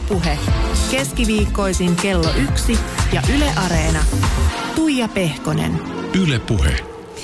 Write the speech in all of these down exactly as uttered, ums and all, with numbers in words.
Yle Puhe. Keskiviikkoisin kello yksi ja Yle Areena. Tuija Pehkonen. Yle Puhe.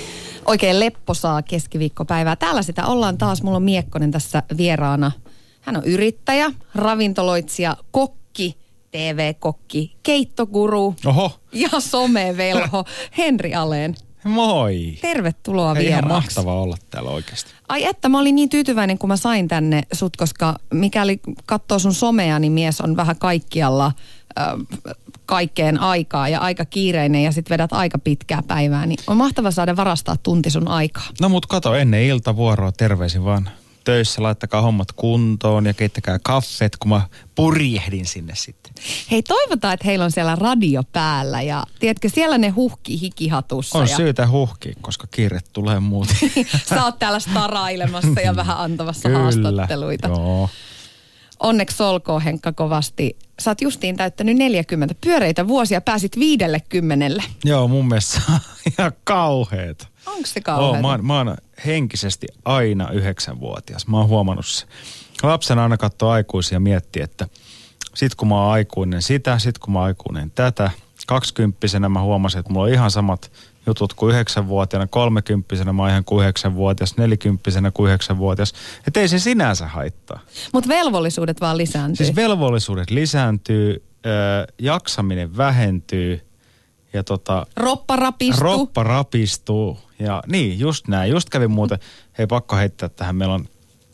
Oikein lepposaa keskiviikkopäivää. Täällä sitä ollaan taas. Mulla on Miekkonen tässä vieraana. Hän on yrittäjä, ravintoloitsija, kokki, T V-kokki, keittoguru Oho. ja somevelho Henri Aleen. Moi. Tervetuloa Ei, vieraaksi. ihan mahtavaa olla täällä oikeasti. Ai että, mä olin niin tyytyväinen, kun mä sain tänne sut, koska mikäli katsoo sun somea, niin mies on vähän kaikkialla äh, kaikkeen aikaa ja aika kiireinen ja sit vedät aika pitkää päivää, niin on mahtava saada varastaa tunti sun aikaa. No mut kato, ennen iltavuoroa terveisin vaan töissä, laittakaa hommat kuntoon ja keittäkää kaffet, kun mä purjehdin sinne sitten. Hei, toivotaan, että heillä on siellä radio päällä ja tiedätkö, siellä ne huhkii hikihatussa. On ja... syytä huhkia, koska kiire tulee muuten. Sä oot täällä starailemassa ja vähän antavassa Kyllä, haastatteluita. Joo. Onneksi olkoon, Henkka, kovasti. Sä oot justiin täyttänyt neljäkymmentä pyöreitä vuosia, pääsit viidellekymmenelle. Joo, mun mielestä ihan kauheeta. Onko se kauheeta? Oo, mä, oon, mä oon henkisesti aina yhdeksänvuotias. Mä oon huomannut se. Lapsena aina katsoo aikuisia ja miettii, että sit kun mä oon aikuinen sitä, sit kun mä oon aikuinen tätä. Kaksikymppisenä mä huomasin, että mulla on ihan samat jutut kuin yhdeksänvuotiaana. Kolmekymppisenä mä oon ihan kuin yhdeksänvuotias. Nelikymppisenä kuin yhdeksänvuotias. Että ei se sinänsä haittaa. Mutta velvollisuudet vaan lisääntyy. Siis velvollisuudet lisääntyy, äh, jaksaminen vähentyy ja tota... Roppa rapistuu. Roppa rapistuu. Ja niin, just näin. Just kävi muuten, hei pakko heittää tähän, meillä on,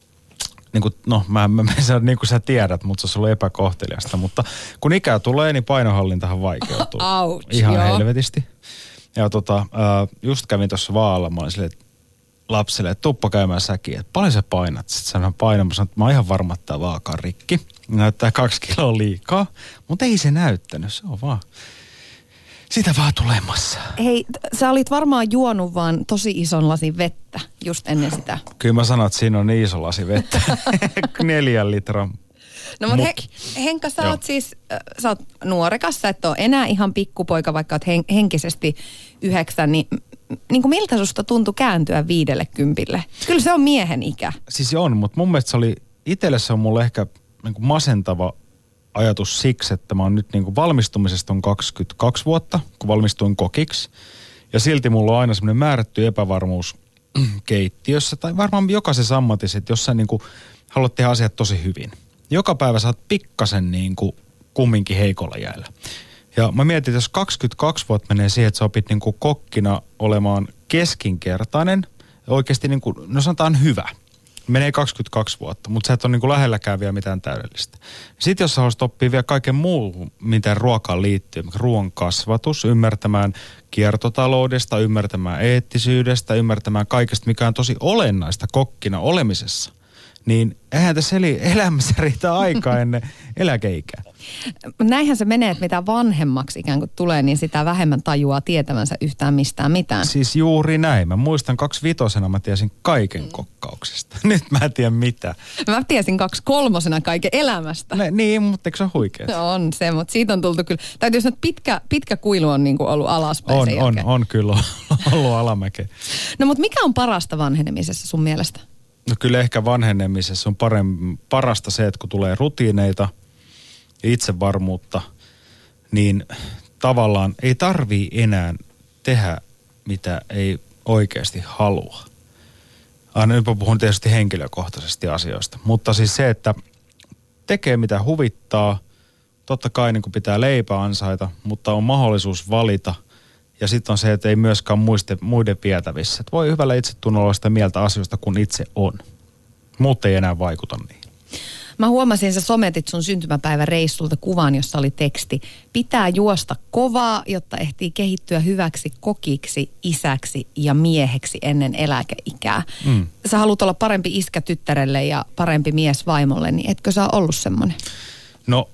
niin kuin, no mä, mä, mä niin kuin sä tiedät, mutta se on ollut epäkohteliasta. Mutta kun ikää tulee, niin painohallintahan vaikeutuu. Ouch, ihan joo. helvetisti. Ja tota, äh, just kävin tuossa vaalla, mä olin silleen, että lapselle, että tuppa käymään säkiin, että paljon sä painat? Sitten sä vähän painaa, mä sanoin, että mä oon ihan varma, että tää vaaka on rikki. Näyttää kaksi kiloa liikaa, mutta ei se näyttänyt, se on vaan... Sitä vaan tulemassa. Hei, t- sä olit varmaan juonut vaan tosi ison lasin vettä just ennen sitä. Kyllä mä sanon, että siinä on niin iso lasi vettä. Neljän litran No mutta he, mukki. Henkka, sä Joo. oot siis, äh, sä oot nuorekas, sä et ole enää ihan pikkupoika, vaikka oot hen, henkisesti yhdeksän, niin, niin kuin miltä susta tuntui kääntyä viidelle kympille? Kyllä se on miehen ikä. Siis on, mutta mun mielestä se oli, itselle se on mulle ehkä niin kuin masentava ajatus siksi, että mä oon nyt niin kuin valmistumisesta on kaksikymmentäkaksi vuotta, kun valmistuin kokiksi. Ja silti mulla on aina semmoinen määrätty epävarmuus keittiössä, tai varmaan jokaisessa ammatissa, että jos sä niin kuin haluat tehdä asiat tosi hyvin. Joka päivä sä oot pikkasen niin kuin kumminkin heikolla jäällä. Ja mä mietin, että jos kaksikymmentäkaksi vuotta menee siihen, että sä opit niin kuin kokkina olemaan keskinkertainen, oikeasti niin kuin, no sanotaan hyvä. Menee kaksikymmentäkaksi vuotta, mutta sä et ole niin kuin lähelläkään vielä mitään täydellistä. Sitten jos sä haluaisit oppia vielä kaiken muu, mitä ruokaan liittyy, ruoan kasvatus, ymmärtämään kiertotaloudesta, ymmärtämään eettisyydestä, ymmärtämään kaikesta, mikä on tosi olennaista kokkina olemisessa, niin eihän tässä eli elämässä riitä aikaa ennen eläkeikää. Näinhän se menee, että mitä vanhemmaksi ikään kuin tulee, niin sitä vähemmän tajuaa tietävänsä yhtään mistään mitään. Siis juuri näin. Mä muistan kaksivitosena mä tiesin kaiken kokkauksesta. Nyt mä en tiedä mitä. Mä tiesin kaksi kolmosena kaiken elämästä. Ne, niin, mutta eikö se ole huikeaa? No on se, mutta siitä on tultu kyllä. Täytyy sanoa, että pitkä, pitkä kuilu on niin kuin ollut alaspäin On, sen on, jälkeen. on kyllä ollut alamäkeä. No mutta mikä on parasta vanhenemisessa sun mielestä? No kyllä ehkä vanhenemisessa on parem, parasta se, että kun tulee rutiineita ja itsevarmuutta, niin tavallaan ei tarvii enää tehdä, mitä ei oikeasti halua. Aina nyt mä puhun tietysti henkilökohtaisesti asioista, mutta siis se, että tekee mitä huvittaa, totta kai niin kuin pitää leipä ansaita, mutta on mahdollisuus valita. Ja sitten on se, että ei myöskään muiste, muiden vietävissä. Että voi hyvällä itsetunnolla olla sitä mieltä asioista, kun itse on. Muut ei enää vaikuta niihin. Mä huomasin, sä sometit sun syntymäpäiväreissulta kuvan, jossa oli teksti. Pitää juosta kovaa, jotta ehtii kehittyä hyväksi kokiksi, isäksi ja mieheksi ennen eläkeikää. Mm. Sä haluat olla parempi iskä tyttärelle ja parempi mies vaimolle, niin etkö sä ollut semmoinen? No,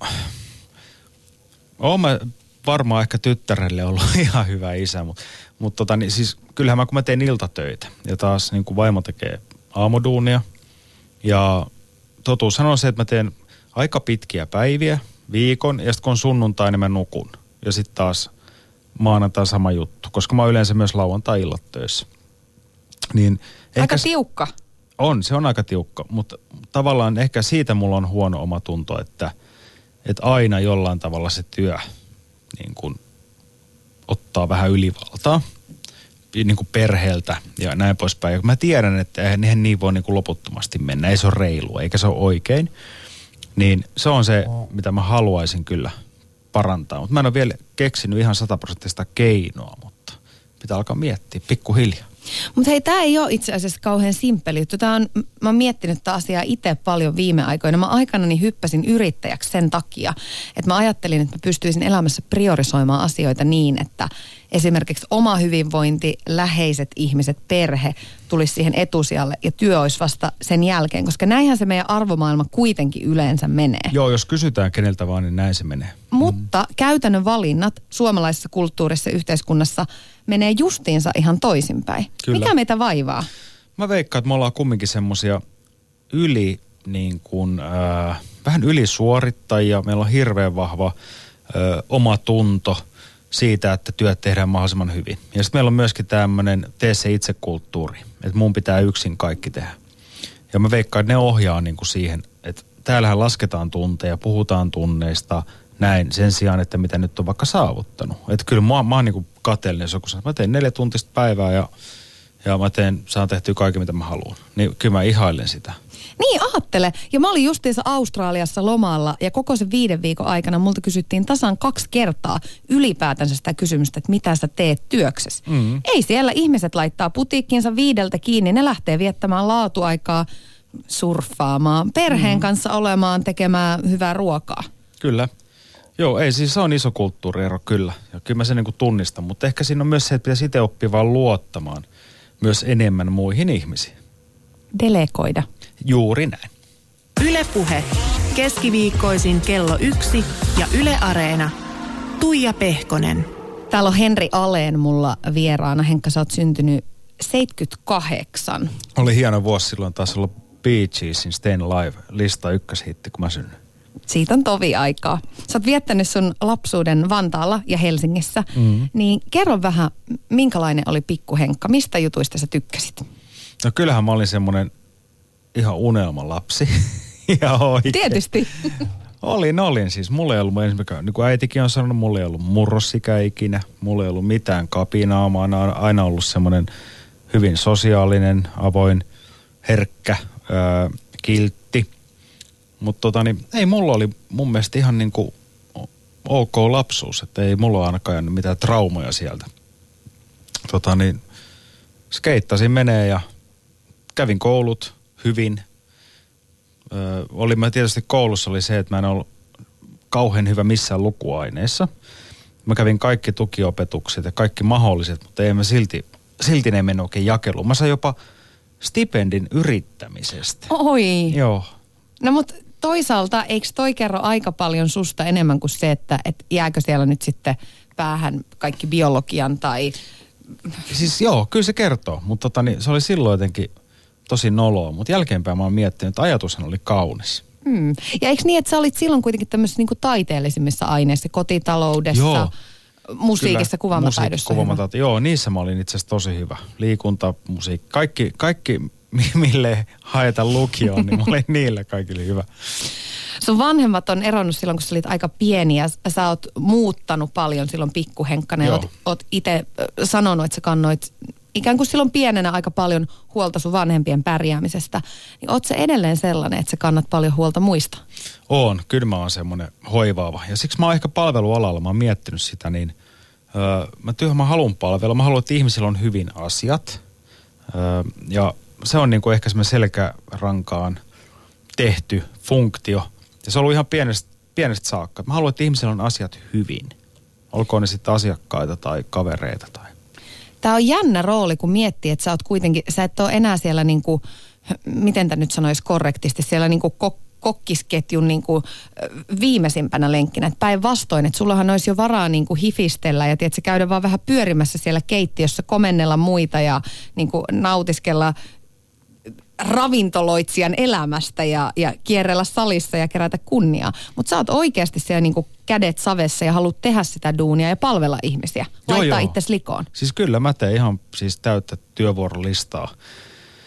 oon mä varmaan ehkä tyttärelle ollut ihan hyvä isä, mutta mut tota, niin siis kyllähän mä kun mä teen iltatöitä ja taas niin kuin vaimo tekee aamuduunia ja totuushan on se, että mä teen aika pitkiä päiviä viikon ja sitten kun on sunnuntai, niin mä nukun. Ja sitten taas maanantai sama juttu, koska mä oon yleensä myös lauantai-illat töissä. Niin aika ehkä tiukka. On, se on aika tiukka, mutta tavallaan ehkä siitä mulla on huono omatunto, että että aina jollain tavalla se työ niin kuin ottaa vähän ylivaltaa niin kuin perheeltä ja näin poispäin. Ja mä tiedän, että eihän niin voi niin kuin loputtomasti mennä, ei se ole reilua eikä se ole oikein. Niin se on se, mitä mä haluaisin kyllä parantaa. Mutta mä en ole vielä keksinyt ihan sataprosenttista keinoa, mutta pitää alkaa miettiä pikkuhiljaa. Mutta hei, tämä ei ole itse asiassa kauhean simppeli juttu. Tää on, mä oon miettinyt tätä asiaa itse paljon viime aikoina. Mä aikanani hyppäsin yrittäjäksi sen takia, että mä ajattelin, että mä pystyisin elämässä priorisoimaan asioita niin, että esimerkiksi oma hyvinvointi, läheiset ihmiset, perhe tulisi siihen etusijalle ja työ olisi vasta sen jälkeen, koska näinhän se meidän arvomaailma kuitenkin yleensä menee. Joo, jos kysytään keneltä vaan, niin näin se menee. Mutta mm. käytännön valinnat suomalaisessa kulttuurissa ja yhteiskunnassa menee justiinsa ihan toisinpäin. Kyllä. Mikä meitä vaivaa? Mä veikkaan, että me ollaan kumminkin semmosia yli, niin kuin, äh, vähän ylisuorittajia. Meillä on hirveän vahva äh, oma tunto siitä, että työt tehdään mahdollisimman hyvin. Ja sitten meillä on myöskin tämmöinen tee se itse -kulttuuri, että mun pitää yksin kaikki tehdä. Ja mä veikkaan, että ne ohjaa niin kuin siihen, että täällähän lasketaan tunteja, puhutaan tunneista, näin, sen sijaan, että mitä nyt on vaikka saavuttanut. Että kyllä mä, mä oon niin kuin kateellinen, jos joku sanoo, mä teen neljä tuntista päivää ja, ja mä teen, saan tehtyä kaiken, mitä mä haluan. Niin kyllä mä ihailen sitä. Niin, ajattele. Ja mä olin justiinsa Australiassa lomalla ja koko sen viiden viikon aikana multa kysyttiin tasan kaksi kertaa ylipäätänsä sitä kysymystä, että mitä sä teet työksessä. Mm. Ei siellä ihmiset laittaa putiikkinsa viideltä kiinni, ne lähtee viettämään laatuaikaa, surffaamaan, perheen mm. kanssa olemaan, tekemään hyvää ruokaa. Kyllä. Joo, ei siis se on iso kulttuuriero kyllä. Ja kyllä mä sen niin kuin tunnistan, mutta ehkä siinä on myös se, että pitäisi itse oppia vaan luottamaan myös enemmän muihin ihmisiin. Delegoida. Juuri näin. Yle Puhe. Keskiviikkoisin kello yksi ja Yle Areena. Tuija Pehkonen. Täällä on Henri Aleen mulla vieraana. Henkka, sä oot syntynyt seitsemänkymmentäkahdeksan. Oli hieno vuosi silloin taas olla Bee Geesin Stayin' Alive lista ykköshitti, kun mä synnyin. Siitä on tovi aikaa. Sä oot viettänyt sun lapsuuden Vantaalla ja Helsingissä. Mm-hmm. Niin kerro vähän, minkälainen oli pikku Henkka? Mistä jutuista sä tykkäsit? No kyllähän mä olin semmoinen ihan unelmalapsi. Ja oikein. Tietysti. Olin, olin. Siis mulla ei ollut, niin kuin äitikin on sanonut, mulla ei ollut murrosikä ikinä. Mulla ei ollut mitään kapinaa. Mä oon aina ollut semmoinen hyvin sosiaalinen, avoin, herkkä, ää, kiltti. Mutta tota niin, ei mulla oli mun mielestä ihan niin kuin ok lapsuus. Että ei mulla ainakaan jäänyt mitään traumoja sieltä. Tota niin, skeittasin menee ja kävin koulut hyvin. Ö, oli mä tietysti koulussa oli se, että mä en ollut kauhean hyvä missään lukuaineissa. Mä kävin kaikki tukiopetukset ja kaikki mahdolliset, mutta ei mä silti, silti ne mennyt oikein jakeluun. Mä sain jopa stipendin yrittämisestä. Oi. Joo. No mut toisaalta eikö toi kerro aika paljon susta enemmän kuin se, että et jääkö siellä nyt sitten päähän kaikki biologian tai... Siis joo, kyllä se kertoo, mutta tota, niin, se oli silloin jotenkin tosi noloa, mutta jälkeenpäin mä oon miettinyt, että ajatushan oli kaunis. Hmm. Ja eikö niin, että sä olit silloin kuitenkin tämmöisissä niinku taiteellisimmissa aineissa, kotitaloudessa, joo, musiikissa, kuvaamataidossa? Kuvaamataidossa, joo, niissä mä olin itse asiassa tosi hyvä. Liikunta, musiikki, kaikki, kaikki mille haeta lukioon, niin mä olin niillä kaikille hyvä. Sun vanhemmat on eronnut silloin, kun sä olit aika pieni ja sä oot muuttanut paljon silloin pikkuhenkkana. Ja oot, oot itse sanonut, että sä kannoit ikään kuin silloin pienenä aika paljon huolta sun vanhempien pärjäämisestä. Niin oot sä edelleen sellainen, että sä kannat paljon huolta muista? Oon, kyllä mä oon semmoinen hoivaava. Ja siksi mä oon ehkä palvelualalla, mä oon miettinyt sitä, niin öö, mä, työ, mä haluan palvella. Mä haluan, että ihmisillä on hyvin asiat. Öö, ja se on niin kuin ehkä semmoinen selkärankaan tehty funktio. Ja se on ollut ihan pienestä, pienestä saakka. Mä haluan, että ihmisillä on asiat hyvin. Olkoon ne sitten asiakkaita tai kavereita. Tai... Tämä on jännä rooli, kun miettii, että sä oot kuitenkin, sä et ole enää siellä niinku, miten tämä nyt sanoisi korrektisti, siellä niinku kok, kokkisketjun niinku viimeisimpänä lenkkinä. Että päinvastoin, että sullahan olisi jo varaa niinku hifistellä ja tiedätkö, käydä vaan vähän pyörimässä siellä keittiössä, komennella muita ja niinku nautiskella ravintoloitsijan elämästä ja, ja kierrellä salissa ja kerätä kunniaa. Mutta sä oot oikeasti siellä niinku kädet savessa ja haluat tehdä sitä duunia ja palvella ihmisiä. Laittaa itsesi likoon. Siis kyllä mä teen ihan siis täyttä työvuorolistaa.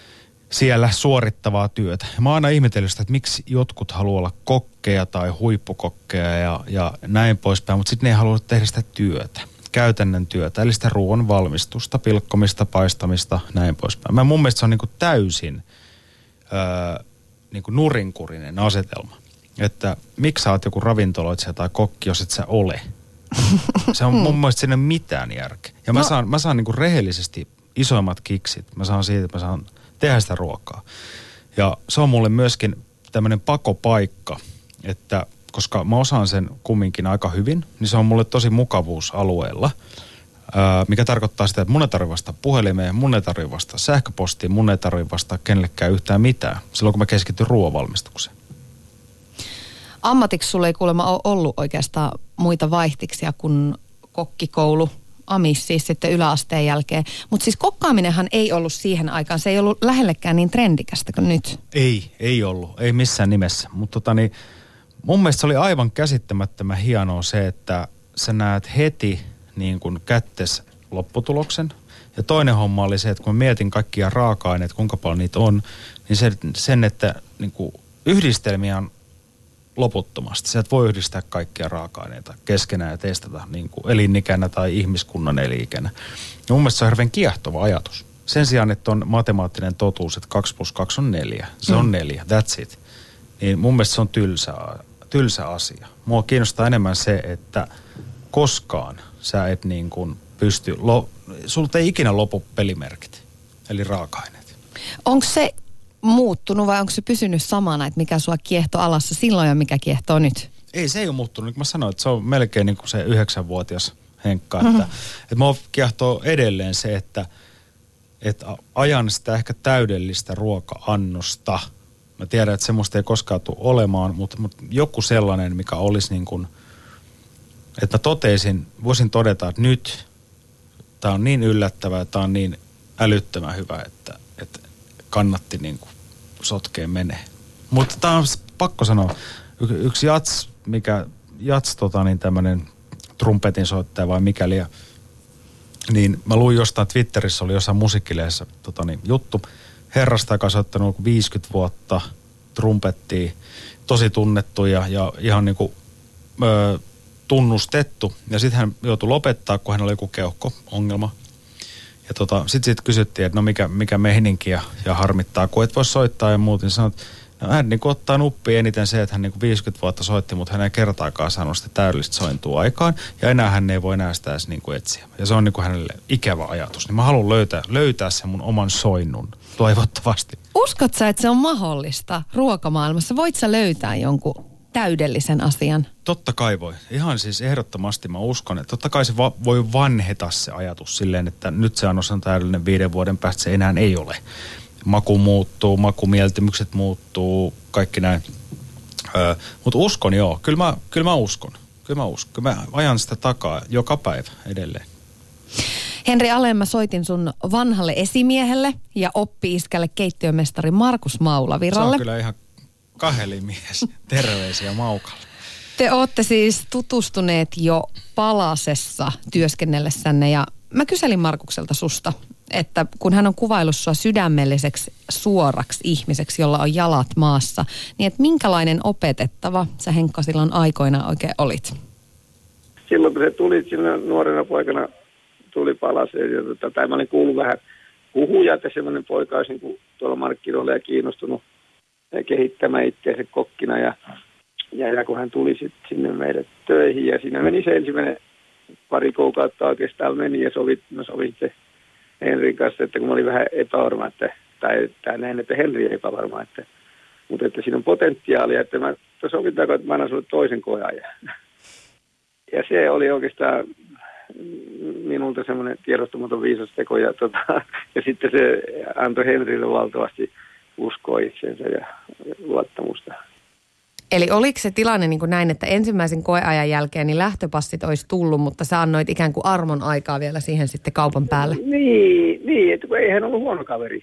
siellä suorittavaa työtä. Ja mä oon aina ihmetellyt sitä, että miksi jotkut haluaa olla kokkeja tai huippukokkeja ja, ja näin poispäin, mutta sitten ne ei halua tehdä sitä työtä, käytännön työtä, eli sitä ruoan valmistusta, pilkkomista, paistamista, näin poispäin. Mä mun mielestä se on niin kuin täysin öö, niin kuin nurinkurinen asetelma, että miksi sä oot joku ravintoloitsija tai kokki, jos et sä ole. Se on mun mielestä siinä mitään järkeä. Ja mä no. saan, mä saan niin kuin rehellisesti isoimmat kiksit. Mä saan siitä, että mä saan tehdä sitä ruokaa. Ja se on mulle myöskin tämmöinen pakopaikka, että koska mä osaan sen kumminkin aika hyvin, niin se on mulle tosi mukavuusalueella, mikä tarkoittaa sitä, että mun ei tarvitse vastata puhelimeen, mun ei tarvitse vastata sähköpostiin, mun ei tarvitse vastata kenellekään yhtään mitään, silloin kun mä keskityn ruoanvalmistukseen. Ammatiksi sulla ei kuulemma ole ollut oikeastaan muita vaihtiksia kuin kokkikoulu, amis siis sitten yläasteen jälkeen. Mutta siis kokkaaminenhan ei ollut siihen aikaan, se ei ollut lähellekään niin trendikästä kuin nyt. Ei, ei ollut, ei missään nimessä. Mutta tota niin, mun mielestä se oli aivan käsittämättömän hienoa se, että sä näet heti niin kuin kättes lopputuloksen. Ja toinen homma oli se, että kun mä mietin kaikkia raaka-aineita, kuinka paljon niitä on, niin se, sen, että niin kuin yhdistelmiä on loputtomasti. Sä et voi yhdistää kaikkia raaka-aineita keskenään ja testata niin kuin elinikänä tai ihmiskunnan eliikänä. Ja mun mielestä se on hirveän kiehtova ajatus. Sen sijaan, että on matemaattinen totuus, että kaksi plus kaksi on neljä. Se mm. on neljä, that's it. Niin mun mielestä se on tylsä, tylsä asia. Mua kiinnostaa enemmän se, että koskaan sä et niin kuin pysty, lo, sulta ei ikinä lopu pelimerkit, eli raaka-aineet. Onko se muuttunut vai onko se pysynyt samana, että mikä sua kiehtoo alassa silloin ja mikä kiehtoo nyt? Ei, se ei ole muuttunut. Niin kuin mä sanoin, että se on melkein niin kuin se yhdeksänvuotias Henkka. Mhm. Että, että mua kiehtoo edelleen se, että, että ajan sitä ehkä täydellistä ruoka-annosta. Mä tiedän, että semmoista ei koskaan tule olemaan, mutta, mutta joku sellainen, mikä olisi niin kuin, että mä totesin, voisin todeta, että nyt tää on niin yllättävää, tää on niin älyttömän hyvä, että, että kannatti niin kuin sotkeen menee. Mutta tää on pakko sanoa, y- yksi jats, mikä, jats tota niin tämmönen trumpetin soittaja vai mikäli, ja, niin mä luin jostain Twitterissä, oli jossain musiikkilehdessä tota niin, juttu, herrasta, joka on soittanut viisikymmentä vuotta trumpettia, tosi tunnettu ja, ja ihan niin kuin öö, tunnustettu. Ja sitten hän joutui lopettaa, kun hänellä oli joku keuhko-ongelma. Ja tota, sitten sit kysyttiin, että no mikä, mikä meininki ja, ja harmittaa, kun et voi soittaa ja muuten. Sanoit, no hän niin ottaa nuppiin eniten se, että hän niin viisikymmentä vuotta soitti, mutta hän ei kertaakaan saanut sitä täydellistä sointua aikaan. Ja enää hän ei voi enää sitä edes niin kuin etsiä. Ja se on niin kuin hänelle ikävä ajatus. Niin mä haluan löytää, löytää sen mun oman soinnun, toivottavasti. Uskot sä, että se on mahdollista ruokamaailmassa? Voit sä löytää jonkun täydellisen asian? Totta kai voi. Ihan siis ehdottomasti mä uskon, että totta kai se va- voi vanheta se ajatus silleen, että nyt se annos on täydellinen viiden vuoden päästä, se enää ei ole. Maku muuttuu, makumieltymykset muuttuu, kaikki näin. Öö, mutta uskon joo, kyllä mä, kyllä mä uskon. Kyllä mä uskon. Kyllä mä ajan sitä takaa joka päivä edelleen. Henri Alén, mä soitin sun vanhalle esimiehelle ja oppi-iskälle keittiömestari Markus Maulaviralle. Se on kyllä ihan kahelimies. Terveisiä Maukalle. Te ootte siis tutustuneet jo Palasessa työskennellessänne ja mä kyselin Markukselta susta, että kun hän on kuvaillut sua sydämelliseksi suoraksi ihmiseksi, jolla on jalat maassa, niin että minkälainen opetettava sä Henkka silloin aikoina oikein olit? Silloin kun se tuli sinne nuorena poikana, tuli Palaseen ja tota, tai mä olin kuullut vähän huhuja, että semmoinen poika olisi niin kuin tuolla markkinoilla ja kiinnostunut kehittämään itseänsä kokkina ja, ja, ja kun hän tuli sitten sinne meille töihin ja siinä meni se ensimmäinen pari kuukautta oikeastaan meni ja sovit, mä sovin sitten Henrin kanssa, että kun mä olin vähän epävarma, että, tai, tai näin, että Henri ei epävarma, että, mutta että siinä on potentiaalia, että mä sovittaako, että mä annan sulle toisen koeajan. Ja se oli oikeastaan minulta semmoinen tiedostamaton viisas teko ja, tota, ja sitten se antoi Henrille valtavasti uskoa itseensä ja luottamusta. Eli oliko se tilanne niin kuin näin, että ensimmäisen koeajan jälkeen niin lähtöpassit olisi tullut, mutta sä annoit ikään kuin armon aikaa vielä siihen sitten kaupan päälle? Niin, niin että kun ei hän ollut huono kaveri.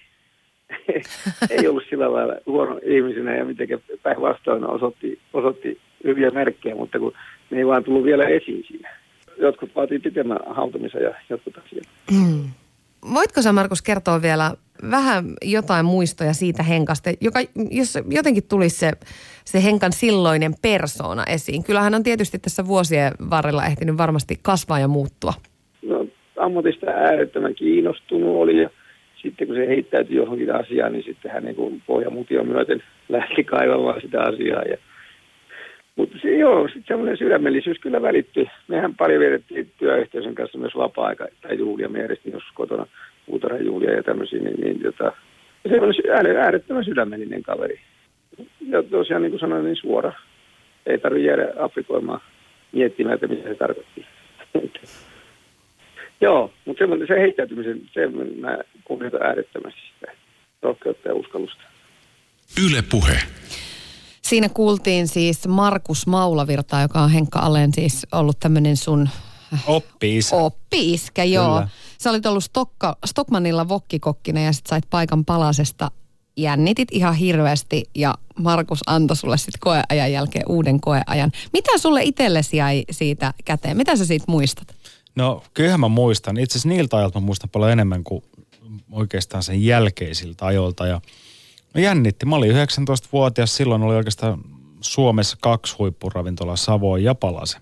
Ei ollut sillä lailla huono ihmisenä ja mitenkään päinvastoin osoitti, osoitti hyviä merkkejä, mutta kun ne ei vaan tullut vielä esiin siinä. Jotkut vaatii pitemmän hautumisen ja jotkut asiat. Mm. Voitko sä, Markus, kertoa vielä vähän jotain muistoja siitä Henkasta, joka, jos jotenkin tulisi se, se Henkan silloinen persoona esiin. Kyllähän on tietysti tässä vuosien varrella ehtinyt varmasti kasvaa ja muuttua. No ammatista äärettömän kiinnostunut oli ja sitten kun se heittäytyi johonkin asiaan, niin sitten hän niin kuin pohjamution myöten lähti kaivamaan sitä asiaa. Ja, mutta se, joo, sitten semmoinen sydämellisyys kyllä välittyi. Mehän paljon vietettiin työyhteisön kanssa myös vapaa-aika tai juhlia. Me järjestin joskus kotona puutarhajuhlia ja tämmöisiä, niin, niin tota, semmoinen äärettömän sydämellinen kaveri. Ja tosiaan niin kuin sanoin, niin suora. Ei tarvitse jäädä aprikoimaan miettimään, että mitä se tarkoitti. Joo, mutta se heittäytymisen, se mä kunnioitan äärettömästi sitä rohkeutta ja uskallusta. Yle Puhe. Siinä kuultiin siis Markus Maulavirta, joka on Henkka Aleen siis ollut tämmöinen sun... Oppi-isä. Oppi-iskä, joo. Kyllä. Sä olit ollut Stokka, Stockmannilla vokkikokkina ja sit sait paikan Palasesta. Jännitit ihan hirveästi ja Markus antoi sulle sitten koeajan jälkeen uuden koeajan. Mitä sulle itsellesi jäi siitä käteen? Mitä sä siitä muistat? No kyllähän mä muistan. Itse asiassa niiltä ajalta mä muistan paljon enemmän kuin oikeastaan sen jälkeisiltä ajoilta. Ja no jännitti. Mä olin yhdeksäntoistavuotias. Silloin oli oikeastaan Suomessa kaksi huippuravintolaa, Savoy ja Palase.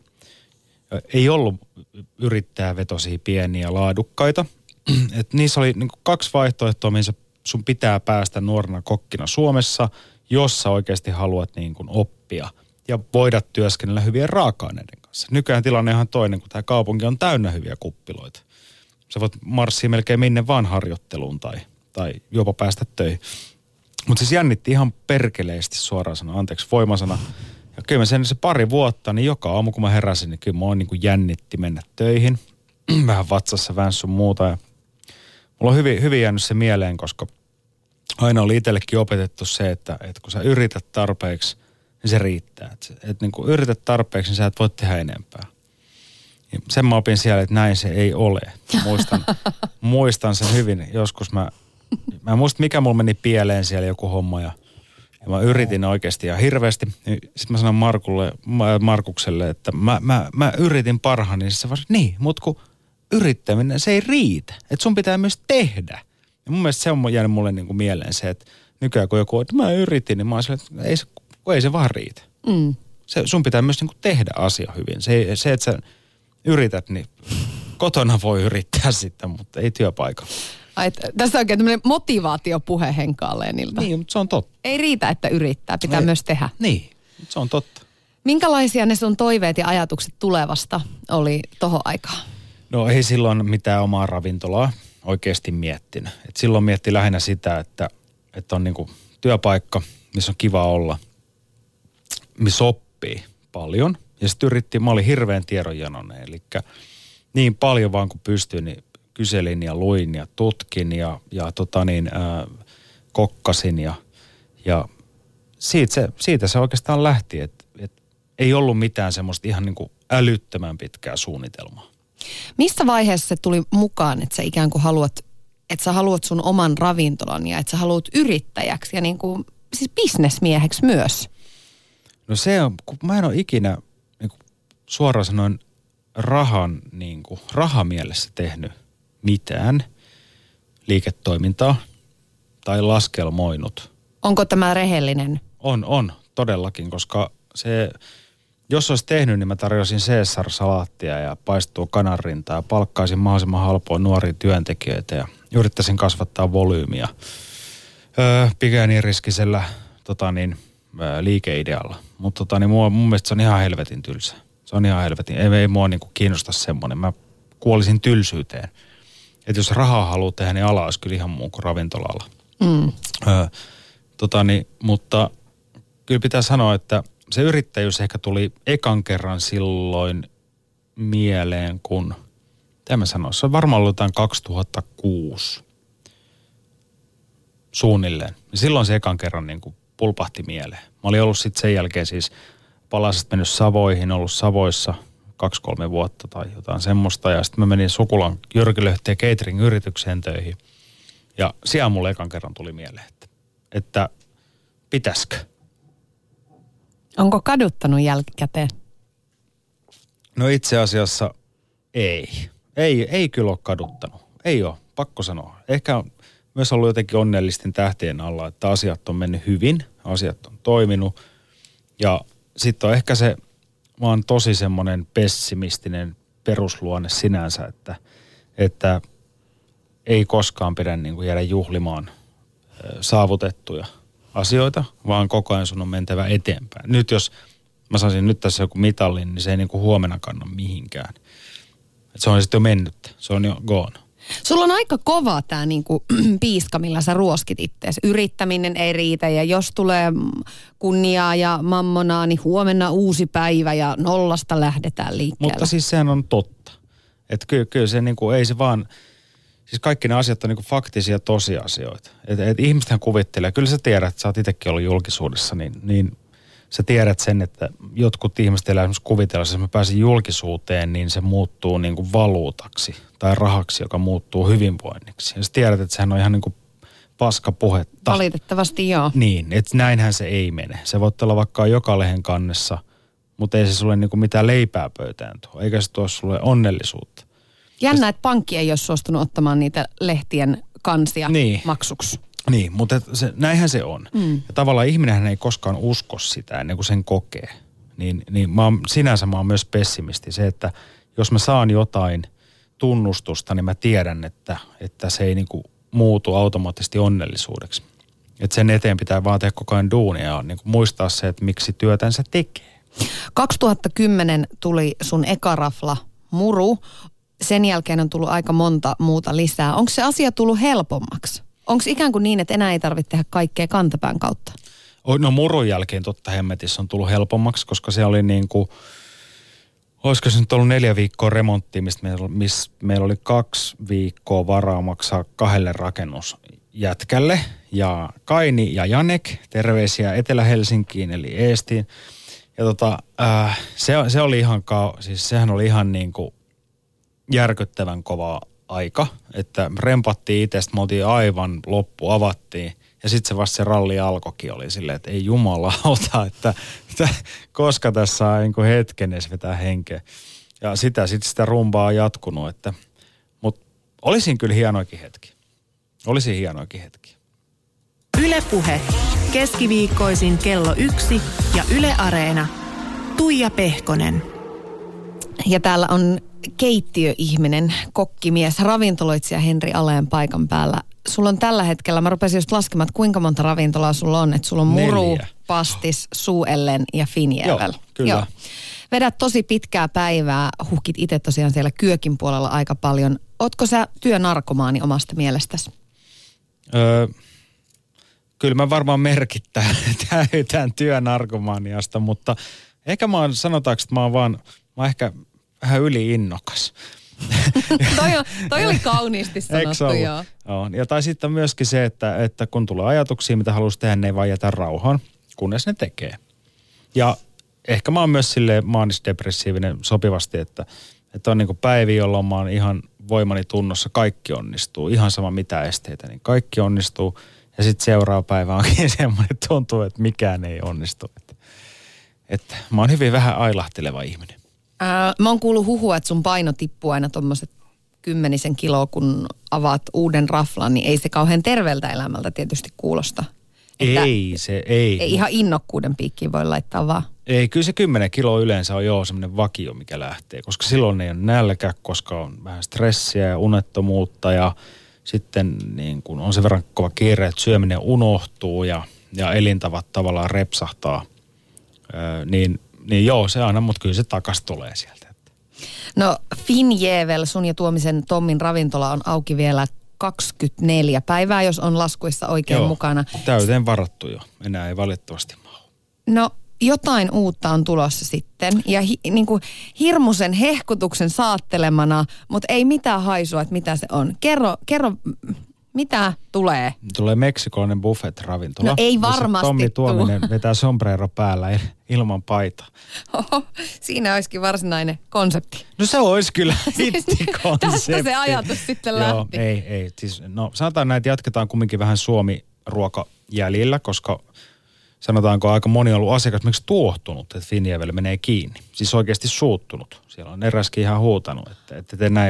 Ei ollut yrittäjävetoisia pieniä laadukkaita. Et niissä oli niin kuin kaksi vaihtoehtoa, mihin sun pitää päästä nuorena kokkina Suomessa, jos sä oikeasti haluat niin kuin oppia ja voida työskennellä hyvien raaka-aineiden kanssa. Nykyään tilanne on ihan toinen, kun tämä kaupunki on täynnä hyviä kuppiloita. Sä voit marssia melkein minne vaan harjoitteluun tai, tai jopa päästä töihin. Mutta siis jännitti ihan perkeleesti suoraan sana, anteeksi voimasana. Ja kyllä mä sen se pari vuotta, niin joka aamu kun mä heräsin, niin kyllä mua niin kuin jännitti mennä töihin. Vähän vatsassa vänssun muuta. Ja mulla on hyvin, hyvin jäänyt se mieleen, koska aina oli itsellekin opetettu se, että, että kun sä yrität tarpeeksi, niin se riittää. Että, että niin kun yrität tarpeeksi, niin sä et voi tehdä enempää. Ja sen mä opin siellä, että näin se ei ole. Muistan, muistan sen hyvin. Joskus mä, mä en muista mikä mulla meni pieleen siellä joku homma ja Ja mä yritin oikeasti ja hirveästi. Sitten mä sanoin Markulle, Markukselle, että mä, mä, mä yritin parhaani. Niin se vaan, niin, mutta kun yrittäminen, se ei riitä. Että sun pitää myös tehdä. Ja mun mielestä se on jäänyt mulle niin kuin mieleen se, että nykyään kun joku, että mä yritin, niin mä oon silleen, että ei se, ei se vaan riitä. Mm. Se, sun pitää myös niin kuin tehdä asia hyvin. Se, se, että sä yrität, niin kotona voi yrittää sitten, mutta ei työpaikalla. Ai, tässä on oikein tämmöinen motivaatiopuhe Henkka Aleenilta. Niin, mutta se on totta. Ei riitä, että yrittää, pitää ei, myös tehdä. Niin, se on totta. Minkälaisia ne sun toiveet ja ajatukset tulevasta oli tohon aikaan? No ei silloin mitään omaa ravintolaa oikeasti miettinyt. Et silloin mietti lähinnä sitä, että, että on niinku työpaikka, missä on kiva olla, missä oppii paljon. Ja sitten yrittiin, mä olin hirveän tiedonjanoinen, eli niin paljon vaan kuin pystyin, niin kyselin ja luin ja tutkin ja, ja tota niin, ää, kokkasin ja, ja siitä, se, siitä se oikeastaan lähti, että et ei ollut mitään semmoista ihan niin kuin älyttömän pitkää suunnitelmaa. Missä vaiheessa se tuli mukaan, että sä ikään kuin haluat, että sä haluat sun oman ravintolan ja että sä haluat yrittäjäksi ja niin kuin, siis bisnesmieheksi myös? No se on, kun mä en ole ikinä niin kuin suoraan sanoen rahan, niin kuin, rahamielessä tehnyt mitään liiketoimintaa tai laskelmoinut. Onko tämä rehellinen? On, on, todellakin, koska se, jos olisi tehnyt, niin mä tarjosin Caesar-salaattia ja paistuu kananrintaa ja palkkaisin mahdollisimman halpoa nuoria työntekijöitä ja yrittäisin kasvattaa volyymiä öö, pikääniriskisellä tota niin, liikeidealla. Mutta tota niin, mun mielestä se on ihan helvetin tylsä. Se on ihan helvetin. Ei, ei mua niinku kiinnosta semmoinen. Mä kuolisin tylsyyteen. Että jos rahaa haluaa tehdä, niin ala olisi kyllä ihan muu kuin ravintolalla. Mm. Öö, tota niin, mutta kyllä pitää sanoa, että se yrittäjyys ehkä tuli ekan kerran silloin mieleen, kun, mitä mä sanoin, se on varmaan ollut jotain kaksituhattakuusi suunnilleen. Ja silloin se ekan kerran niin kuin pulpahti mieleen. Mä olin ollut sitten sen jälkeen siis Palasesta mennyt Savoihin, ollut Savoissa kaksi-kolme vuotta tai jotain semmoista. Ja sitten mä menin Sukulan Jyrki Löhteen catering-yritykseen töihin. Ja siellä mulle ekan kerran tuli mieleen, että, että pitäisikö? Onko kaduttanut jälkikäteen? No itse asiassa ei. Ei, ei kyllä ole kaduttanut. Ei ole, pakko sanoa. Ehkä myös ollut jotenkin onnellisten tähtien alla, että asiat on mennyt hyvin, asiat on toiminut. Ja sitten on ehkä se, mä oon tosi semmoinen pessimistinen perusluonne sinänsä, että, että ei koskaan pidä niin kuin jäädä juhlimaan saavutettuja asioita, vaan koko ajan sun on mentävä eteenpäin. Nyt jos mä saisin nyt tässä joku mitalin, niin se ei niin kuin huomenna kanna mihinkään. Et se on sitten jo mennyt, se on jo gone. Sulla on aika kova tämä niinku piiska, millä sä ruoskit ittees. Yrittäminen ei riitä ja jos tulee kunniaa ja mammonaa, niin huomenna uusi päivä ja nollasta lähdetään liikkeelle. Mutta siis sehän on totta. Että kyllä, kyllä se niinku, ei se vaan, siis kaikki ne asiat on niinku faktisia tosiasioita. Että et ihmisethän kuvittelee, kyllä sä tiedät, että sä oot itsekin ollut julkisuudessa, niin, niin sä tiedät sen, että jotkut ihmiset elää esimerkiksi kuvitella, että jos mä pääsen julkisuuteen, niin se muuttuu niin kuin valuutaksi tai rahaksi, joka muuttuu hyvinvoinniksi. Ja sä tiedät, että sehän on ihan niin kuin paskapuhetta. Valitettavasti joo. Niin, että näinhän se ei mene. Se voi olla vaikka joka lehen kannessa, mutta ei se sulle niin kuin mitään leipää pöytään tuo, eikä se tuo sulle onnellisuutta. Jännä, että pankki ei ole suostunut ottamaan niitä lehtien kansia niin maksuksi. Niin, mutta se, näinhän se on. Mm. Ja tavallaan ihminenhän ei koskaan usko sitä ennen kuin sen kokee. Niin, niin mä oon, sinänsä mä oon myös pessimisti. Se, että jos mä saan jotain tunnustusta, niin mä tiedän, että, että se ei niinku muutu automaattisesti onnellisuudeksi. Että sen eteen pitää vaan tehdä koko ajan duunia ja niinku muistaa se, että miksi työtänsä tekee. kaksituhattakymmenen tuli sun eka rafla Muru. Sen jälkeen on tullut aika monta muuta lisää. Onko se asia tullut helpommaksi? Onko ikään kuin niin, että enää ei tarvitse tehdä kaikkea kantapään kautta? No Murun jälkeen totta hemmetissä on tullut helpommaksi, koska se oli niin kuin, olisiko se nyt ollut neljä viikkoa remonttia, mistä meillä, missä meillä oli kaksi viikkoa varaa maksaa kahdelle rakennusjätkälle. Ja Kaini ja Janek, terveisiä Etelä-Helsinkiin eli Eestiin. Ja tota, äh, se, se oli ihan, siis sehän oli ihan niin kuin järkyttävän kovaa aika, että rempattiin itse, me oltiin aivan loppu, avattiin ja sitten se vasta se ralli alkoikin oli silleen, että ei jumalauta, että, että koska tässä on niin kuin hetken edes vetää henkeä. Ja sitä sitten sitä rumbaa on jatkunut, että, mutta olisin kyllä hienoikin hetki. Olisi hienoikin hetki. Yle Puhe. Keskiviikkoisin kello yksi ja Yle Areena. Tuija Pehkonen. Ja täällä on keittiöihminen, kokkimies, ravintoloitsija Henri Aleen paikan päällä. Sulla on tällä hetkellä, mä rupesin just laskemaan, että kuinka monta ravintolaa sulla on. Että sulla on Muru, Neljä. Pastis, Suuellen ja Finjevel. Joo, kyllä. Joo. Vedät tosi pitkää päivää, huhkit itse tosiaan siellä kyökin puolella aika paljon. Ootko sä työnarkomaani omasta mielestäsi? Öö, kyllä mä varmaan merkittää täytän työnarkomaaniasta, mutta ehkä mä oon, sanotaanko, että mä oon vaan, mä oon ehkä vähän yliinnokas. toi, on, toi oli kauniisti sanottu, joo. joo. Ja tai sitten myöskin se, että, että kun tulee ajatuksia, mitä haluaisi tehdä, ne ei vaan jätä rauhaan, kunnes ne tekee. Ja ehkä mä oon myös silleen maanisdepressiivinen sopivasti, että, että on niin kuin päivi, jolloin mä oon ihan voimani tunnossa, kaikki onnistuu. Ihan sama mitä esteitä, niin kaikki onnistuu. Ja sitten seuraava päivä onkin semmoinen, että tuntuu, että mikään ei onnistu. Että, että mä oon hyvin vähän ailahteleva ihminen. Ää, mä oon kuullut huhua, että sun paino tippuu aina tommoset kymmenisen kiloa, kun avaat uuden raflan, niin ei se kauhean terveeltä elämältä tietysti kuulosta. Että ei se, ei. Ei ihan innokkuuden piikkiin voi laittaa vaan. Ei, kyllä se kymmenen kiloa yleensä on jo semmoinen vakio, mikä lähtee, koska silloin ei ole nälkä, koska on vähän stressiä ja unettomuutta ja sitten niin kun on sen verran kova kiire, että syöminen unohtuu ja, ja elintavat tavallaan repsahtaa, öö, niin, niin joo, se aina, mutta kyllä se takas tulee sieltä. No Finjevel, sun ja Tuomisen Tommin ravintola on auki vielä kaksikymmentäneljä päivää, jos on laskuissa oikein joo, mukana. Täyteen varattu jo, enää ei valitettavasti mahu. No jotain uutta on tulossa sitten ja hi, niin kuin hirmuisen hehkutuksen saattelemana, mutta ei mitään haisua, että mitä se on. Kerro, kerro mitä tulee? Tulee meksikolainen buffet-ravintola. No ei varmasti Tommi tuu. Tuominen vetää sombrero päällä ilman paita. Oho, siinä olisikin varsinainen konsepti. No se olisi kyllä hittikonsepti. Tästä se ajatus sitten lähti. Joo, ei, ei. Siis, no sanotaan näin, että jatketaan kumminkin vähän Suomi-ruoka jäljellä, koska sanotaanko aika moni on ollut asiakas miksi tuohtunut, että Finjevel menee kiinni. Siis oikeasti suuttunut. Siellä on eräskin ihan huutanut, että ette te näin voi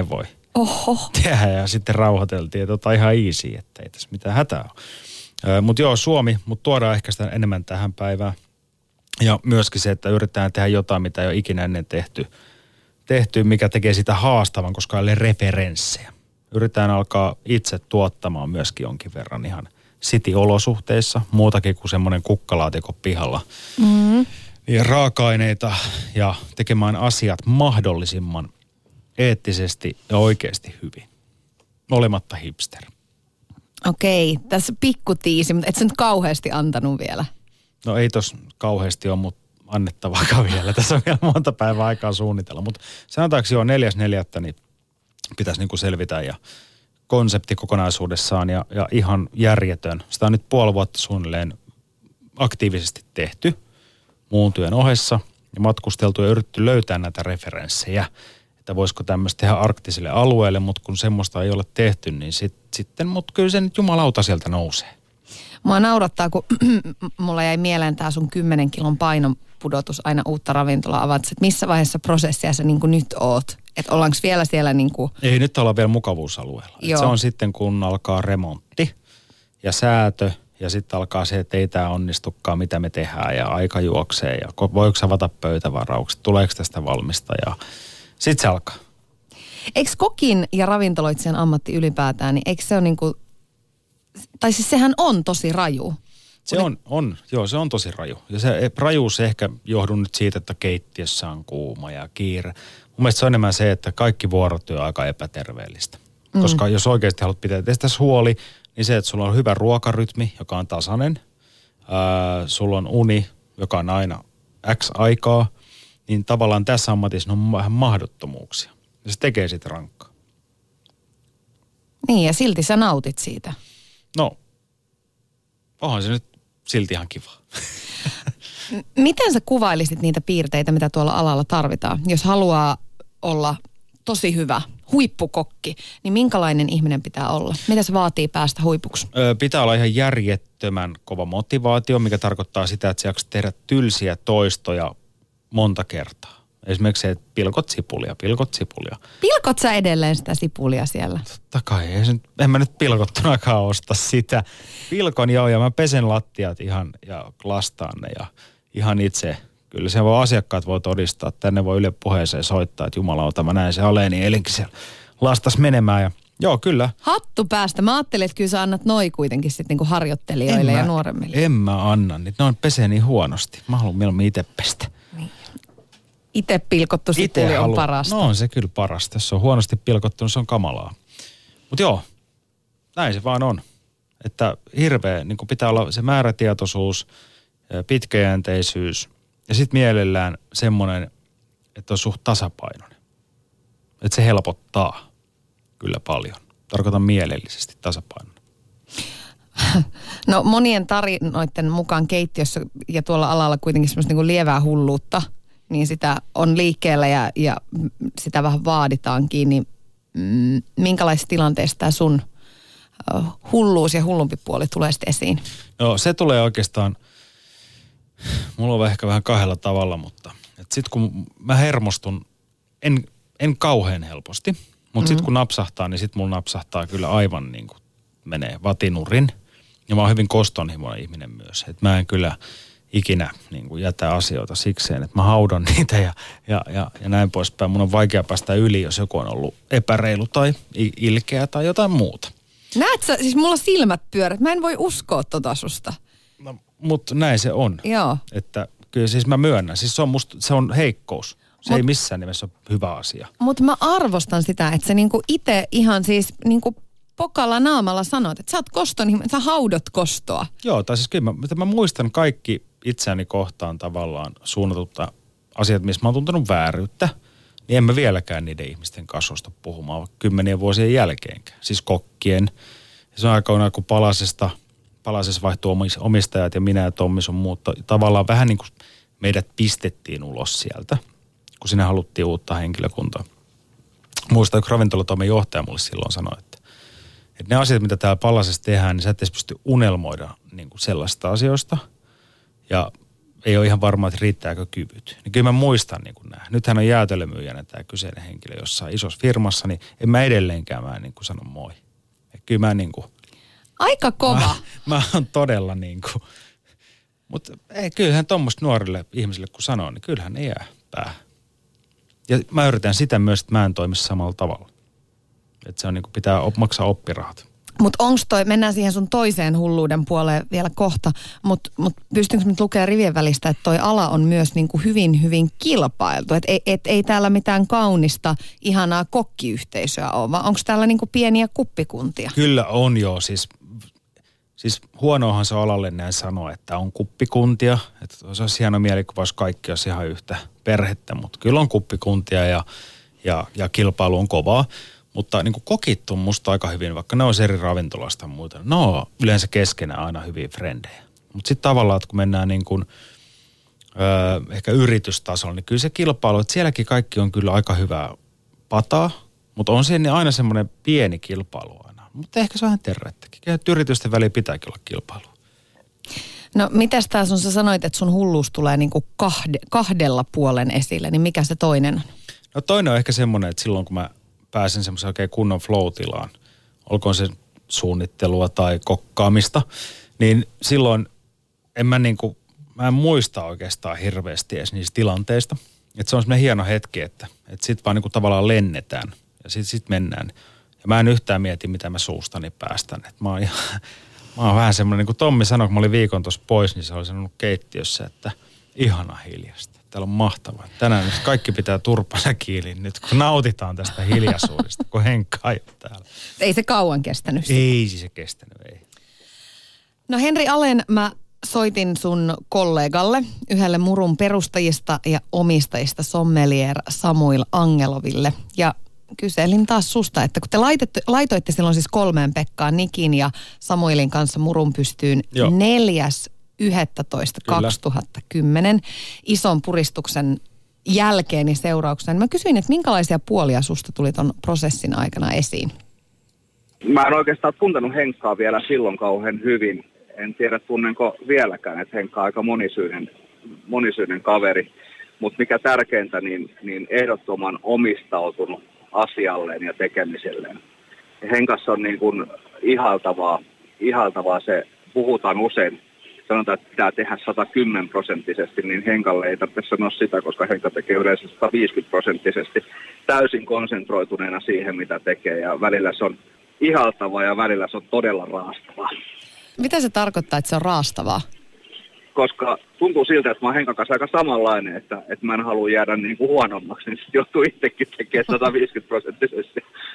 Oho. tehdä ja sitten rauhoiteltiin, että ota ihan easy, että ei tässä mitään hätää ole. Mutta joo, Suomi, mutta tuodaan ehkä sitä enemmän tähän päivään. Ja myöskin se, että yritetään tehdä jotain, mitä ei ole ikinä ennen tehty, tehty mikä tekee sitä haastavan, koska ei ole referenssejä. Yritetään alkaa itse tuottamaan myöskin jonkin verran ihan city-olosuhteissa, muutakin kuin semmoinen kukkalaatikko pihalla. Mm. Ja raaka-aineita ja tekemään asiat mahdollisimman eettisesti ja oikeasti hyvin, olematta hipster. Okei, tässä pikkutiisi, mutta et sä nyt kauheasti antanut vielä. No ei tos kauheasti ole, mutta annettavaakaan vielä. Tässä on vielä monta päivää aikaa suunnitella, mutta sanotaanko jo neljäs neljättä, niin pitäisi niinku selvitä ja konsepti kokonaisuudessaan ja, ja ihan järjetön. Sitä on nyt puoli vuotta suunnilleen aktiivisesti tehty muun työn ohessa ja matkusteltu ja yritetty löytää näitä referenssejä, että voisiko tämmöistä tehdä arktisille alueelle, mutta kun semmoista ei ole tehty, niin sit, sitten, mutta kyllä se nyt jumalauta sieltä nousee. Mua naurattaa, kun mulla jäi mieleen tää sun kymmenen kilon painonpudotus aina uutta ravintolaa avat, että missä vaiheessa prosessia sä niin kuin nyt oot? Että ollaanko vielä siellä niin kuin... Ei, nyt ollaan vielä mukavuusalueella. Se on sitten, kun alkaa remontti ja säätö ja sitten alkaa se, että ei tämä onnistukaan, mitä me tehdään ja aika juoksee ja voiko avata pöytävaraukset, tuleeko tästä valmista ja sitten se alkaa. Eikö kokin ja ravintoloitsijan ammatti ylipäätään, niin eikö se ole niin kuin... Tai siis sehän on tosi raju. Se on, on, joo, se on tosi raju. Ja se rajuus ehkä johdu nyt siitä, että keittiössä on kuuma ja kiire. Mun mielestä se on enemmän se, että kaikki vuorotyö on aika epäterveellistä. Mm. Koska jos oikeasti haluat pitää tästä huoli, niin se, että sulla on hyvä ruokarytmi, joka on tasainen. Ää, sulla on uni, joka on aina X aikaa. Niin tavallaan tässä ammatissa on vähän mahdottomuuksia. Ja se tekee siitä rankkaa. Niin, ja silti sä nautit siitä. No, onhan se nyt silti ihan kiva. Miten sä kuvailisit niitä piirteitä, mitä tuolla alalla tarvitaan? Jos haluaa olla tosi hyvä huippukokki, niin minkälainen ihminen pitää olla? Mitä se vaatii päästä huipuksi? Öö, pitää olla ihan järjettömän kova motivaatio, mikä tarkoittaa sitä, että sä jaksat tehdä tylsiä toistoja monta kertaa. Esimerkiksi se, että pilkot sipulia, pilkot sipulia. Pilkot sä edelleen sitä sipulia siellä? Totta kai, ei se, en mä nyt pilkottunakaan osta sitä. Pilkon joo, ja mä pesen lattiat ihan ja lastaan ne ja ihan itse. Kyllä se voi, asiakkaat voi todistaa, tänne voi Yle Puheeseen soittaa, että jumalauta, mä näin se Aleni elinkin siellä lastas menemään ja joo, kyllä. Hattu päästä. Mä ajattelin, että kyllä sä annat noi kuitenkin sitten niinku harjoittelijoille en ja mä, nuoremmille. En mä anna niitä, ne on pesee niin huonosti. Mä haluan mieluummin itse pestä. Niin. Itse pilkottu sipuli on parasta. No on se kyllä parasta. Jos se on huonosti pilkottu, niin se on kamalaa. Mutta joo, näin se vaan on. Että hirveä, niin pitää olla se määrätietoisuus, pitkäjänteisyys ja sitten mielellään semmoinen, että on suht tasapainoinen. Että se helpottaa kyllä paljon. Tarkoitan mielellisesti tasapainoinen. No monien tarinoiden mukaan keittiössä ja tuolla alalla kuitenkin semmoista niinku lievää hulluutta, niin sitä on liikkeellä ja, ja sitä vähän vaaditaankin, niin mm, minkälaisessa tilanteessa tämä sun uh, hulluus ja hullumpi puoli tulee sitten esiin? No se tulee oikeastaan, mulla on ehkä vähän kahdella tavalla, mutta sitten kun mä hermostun, en, en kauhean helposti, mutta mm-hmm. sitten kun napsahtaa, niin sitten mulla napsahtaa kyllä aivan niin kuin menee vatinurin. Ja mä oon hyvin kostonhimoinen ihminen myös, että mä en kyllä ikinä niin kuin jätä asioita sikseen, että mä haudon niitä ja, ja, ja, ja näin poispäin. Mun on vaikea päästä yli, jos joku on ollut epäreilu tai ilkeä tai jotain muuta. Näet sä, siis mulla silmät pyörät, mä en voi uskoa tota susta. No, mutta näin se on. Joo. Että kyllä siis mä myönnän, siis se on, musta, se on heikkous. Se Mut, ei missään nimessä ole hyvä asia. Mutta mä arvostan sitä, että sä niinku itse ihan siis niinku pokalla naamalla sanot, että sä oot koston, sä haudot kostoa. Joo, tai siis kyllä mä, mä muistan kaikki itseäni kohtaan tavallaan suunnatutta asiat, missä mä oon tuntenut vääryyttä, niin en mä vieläkään niiden ihmisten kasvosta puhumaan kymmenien vuosien jälkeenkään. Siis kokkien. Se on aikoinaan, kun Palasesta, Palasessa vaihtuu omistajat ja minä ja Tommi sun muut. Tavallaan vähän niin kuin meidät pistettiin ulos sieltä, kun sinne haluttiin uutta henkilökuntaa. Muistan, kun ravintolatoimen johtaja mulle silloin sanoi, että, että ne asiat, mitä täällä Palasessa tehdään, niin sä et edes pysty unelmoida niin kuin sellaista asioista. Ja ei ole ihan varma, että riittääkö kyvyt. Niin kyllä mä muistan niin kuin nämä. Nythän on jäätelömyyjänä tämä kyseinen henkilö jossain isossa firmassa, niin en mä edelleenkään mä niin kuin sano moi. Et kyllä mä niin kuin... Aika kova. Mä, mä oon todella niin kuin... Mutta kyllähän tuommoista nuorille ihmisille kun sanoo, niin kyllähän ne jää päähän. Ja mä yritän sitä myös, että mä en toimi samalla tavalla. Että se on niin kuin pitää op, maksaa oppirahat. Mutta onks toi, mennään siihen sun toiseen hulluuden puoleen vielä kohta, mutta mut pystynkö nyt lukemaan rivien välistä, että toi ala on myös niinku hyvin, hyvin kilpailtu. Että et, et, ei täällä mitään kaunista, ihanaa kokkiyhteisöä ole, vaan onko täällä niinku pieniä kuppikuntia? Kyllä on joo, siis, siis huonoahan se alalle näin sanoa, että on kuppikuntia. Että se olisi hieno mielikuva, jos kaikki olisi ihan yhtä perhettä, mutta kyllä on kuppikuntia ja, ja, ja kilpailu on kovaa. Mutta niin kuin kokit on musta aika hyvin, vaikka ne olisi eri ravintolasta ja muuta. Ne on yleensä keskenään aina hyviä frendejä. Mutta sitten tavallaan, että kun mennään niin kuin, öö, ehkä yritystasolla, niin kyllä se kilpailu, että sielläkin kaikki on kyllä aika hyvää pataa. Mutta on siinä aina semmoinen pieni kilpailu aina. Mutta ehkä se on ihan tervettäkin. Että yritysten väliin pitääkin olla kilpailua. No mitäs tää sun, sä sanoit, että sun hulluus tulee niin kuin kahde, kahdella puolen esille, niin mikä se toinen on? No toinen on ehkä semmoinen, että silloin kun mä pääsen semmoisen oikein kunnon flow-tilaan, olkoon se suunnittelua tai kokkaamista, niin silloin en mä niinku, mä en muista oikeastaan hirveästi edes niistä tilanteista. Että se on semmoinen hieno hetki, että, että sit vaan niinku tavallaan lennetään ja sit, sit mennään. Ja mä en yhtään mieti, mitä mä suustani päästän. Että mä oon, ihan, mä oon vähän semmoinen, niin kuin Tommi sanoi, kun mä olin viikon tuossa pois, niin se oli sanonut keittiössä, että ihana hiljasta. Täällä on mahtavaa. Tänään nyt kaikki pitää turpansa kiinni nyt, kun nautitaan tästä hiljaisuudesta, kun Henkka ei ole täällä. Ei se kauan kestänyt. Ei se kestänyt, ei. No Henri Alen, mä soitin sun kollegalle, yhdelle Murun perustajista ja omistajista sommelier Samuil Angeloville. Ja kyselin taas susta, että kun te laitoitte, laitoitte silloin siis kolmeen Pekkaan Nikin ja Samuilin kanssa Murun pystyyn neljäs yhdestoista kaksituhattakymmenen ison puristuksen jälkeen ja seurauksena. Mä kysyin, että minkälaisia puolia susta tuli ton prosessin aikana esiin? Mä en oikeastaan tuntenut Henkkaa vielä silloin kauhean hyvin. En tiedä tunnenko vieläkään, että Henkka on aika monisyinen, monisyinen kaveri. Mutta mikä tärkeintä, niin, niin ehdottoman omistautunut asialleen ja tekemiselleen. Henkassa on niin kuin ihaltavaa, ihaltavaa se, puhutaan usein, sanotaan, että pitää tehdä sata kymmenen prosenttisesti, niin Henkalle ei tarvitse sanoa sitä, koska Henkka tekee yleensä sata viisikymmentä prosenttisesti täysin konsentroituneena siihen, mitä tekee. Ja välillä se on ihaltavaa ja välillä se on todella raastavaa. Mitä se tarkoittaa, että se on raastavaa? Koska tuntuu siltä, että mä oon Henkan kanssa aika samanlainen, että, että mä en halua jäädä niin kuin huonommaksi, niin sitten joutuu itsekin tekemään sata viisikymmentä prosenttisesti.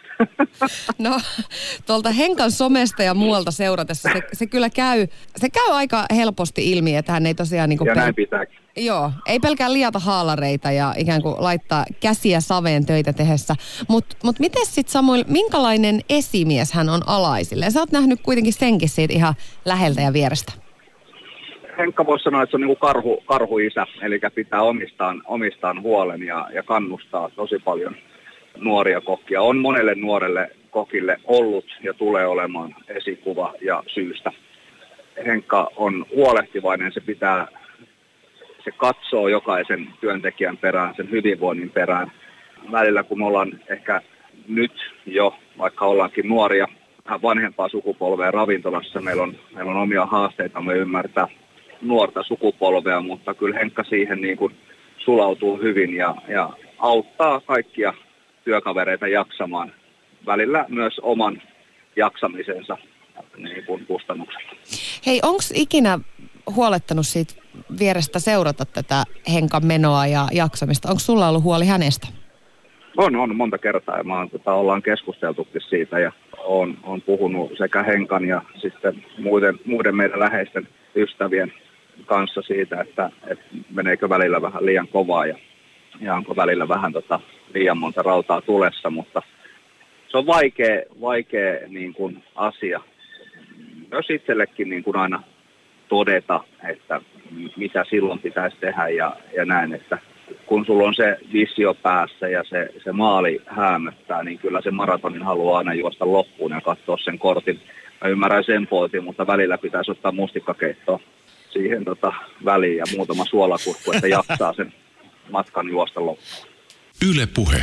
No, tuolta Henkan somesta ja muualta seuratessa se, se kyllä käy, se käy aika helposti ilmi, että hän ei tosiaan... Niin kuin ja pel- näin pitääkin. Joo, ei pelkään liata haalareita ja ikään kuin laittaa käsiä saveen töitä tehdessä. Mutta mut miten sitten Samuil, minkälainen esimies hän on alaisille? Ja sä oot nähnyt kuitenkin senkin siitä ihan läheltä ja vierestä. Henkka voisi sanoa, että se on niin kuin karhu, karhuisä, eli pitää omistaan, omistaan huolen ja, ja kannustaa tosi paljon nuoria kokkia. On monelle nuorelle kokille ollut ja tulee olemaan esikuva ja syystä. Henkka on huolehtivainen, se pitää, se katsoo jokaisen työntekijän perään, sen hyvinvoinnin perään. Välillä kun me ollaan ehkä nyt jo, vaikka ollaankin nuoria, vähän vanhempaa sukupolvea ravintolassa, meillä on, meillä on omia haasteita, me ymmärtää nuorta sukupolvea, mutta kyllä Henkka siihen niin kuin sulautuu hyvin ja, ja auttaa kaikkia työkavereita jaksamaan. Välillä myös oman jaksamisensa niin kuin kustannuksella. Hei, onko ikinä huolettanut siitä vierestä seurata tätä Henkan menoa ja jaksamista? Onko sulla ollut huoli hänestä? On, on monta kertaa ja mä oon, tota, ollaan keskusteltukin siitä ja on, on puhunut sekä Henkan ja sitten muiden, muiden meidän läheisten ystävien kanssa siitä, että, että meneekö välillä vähän liian kovaa ja, ja onko välillä vähän tota, liian monta rautaa tulessa, mutta se on vaikea, vaikea niin kuin asia myös itsellekin niin kuin aina todeta, että mitä silloin pitäisi tehdä ja, ja näin, että kun sulla on se visio päässä ja se, se maali häämöttää, niin kyllä se maratonin haluaa aina juosta loppuun ja katsoa sen kortin. Mä ymmärrän sen poitin, mutta välillä pitäisi ottaa mustikkakeittoa. siihen tota, väliin ja muutama suolakurkku, että jaksaa sen matkan juosta loppuun. Yle Puhe.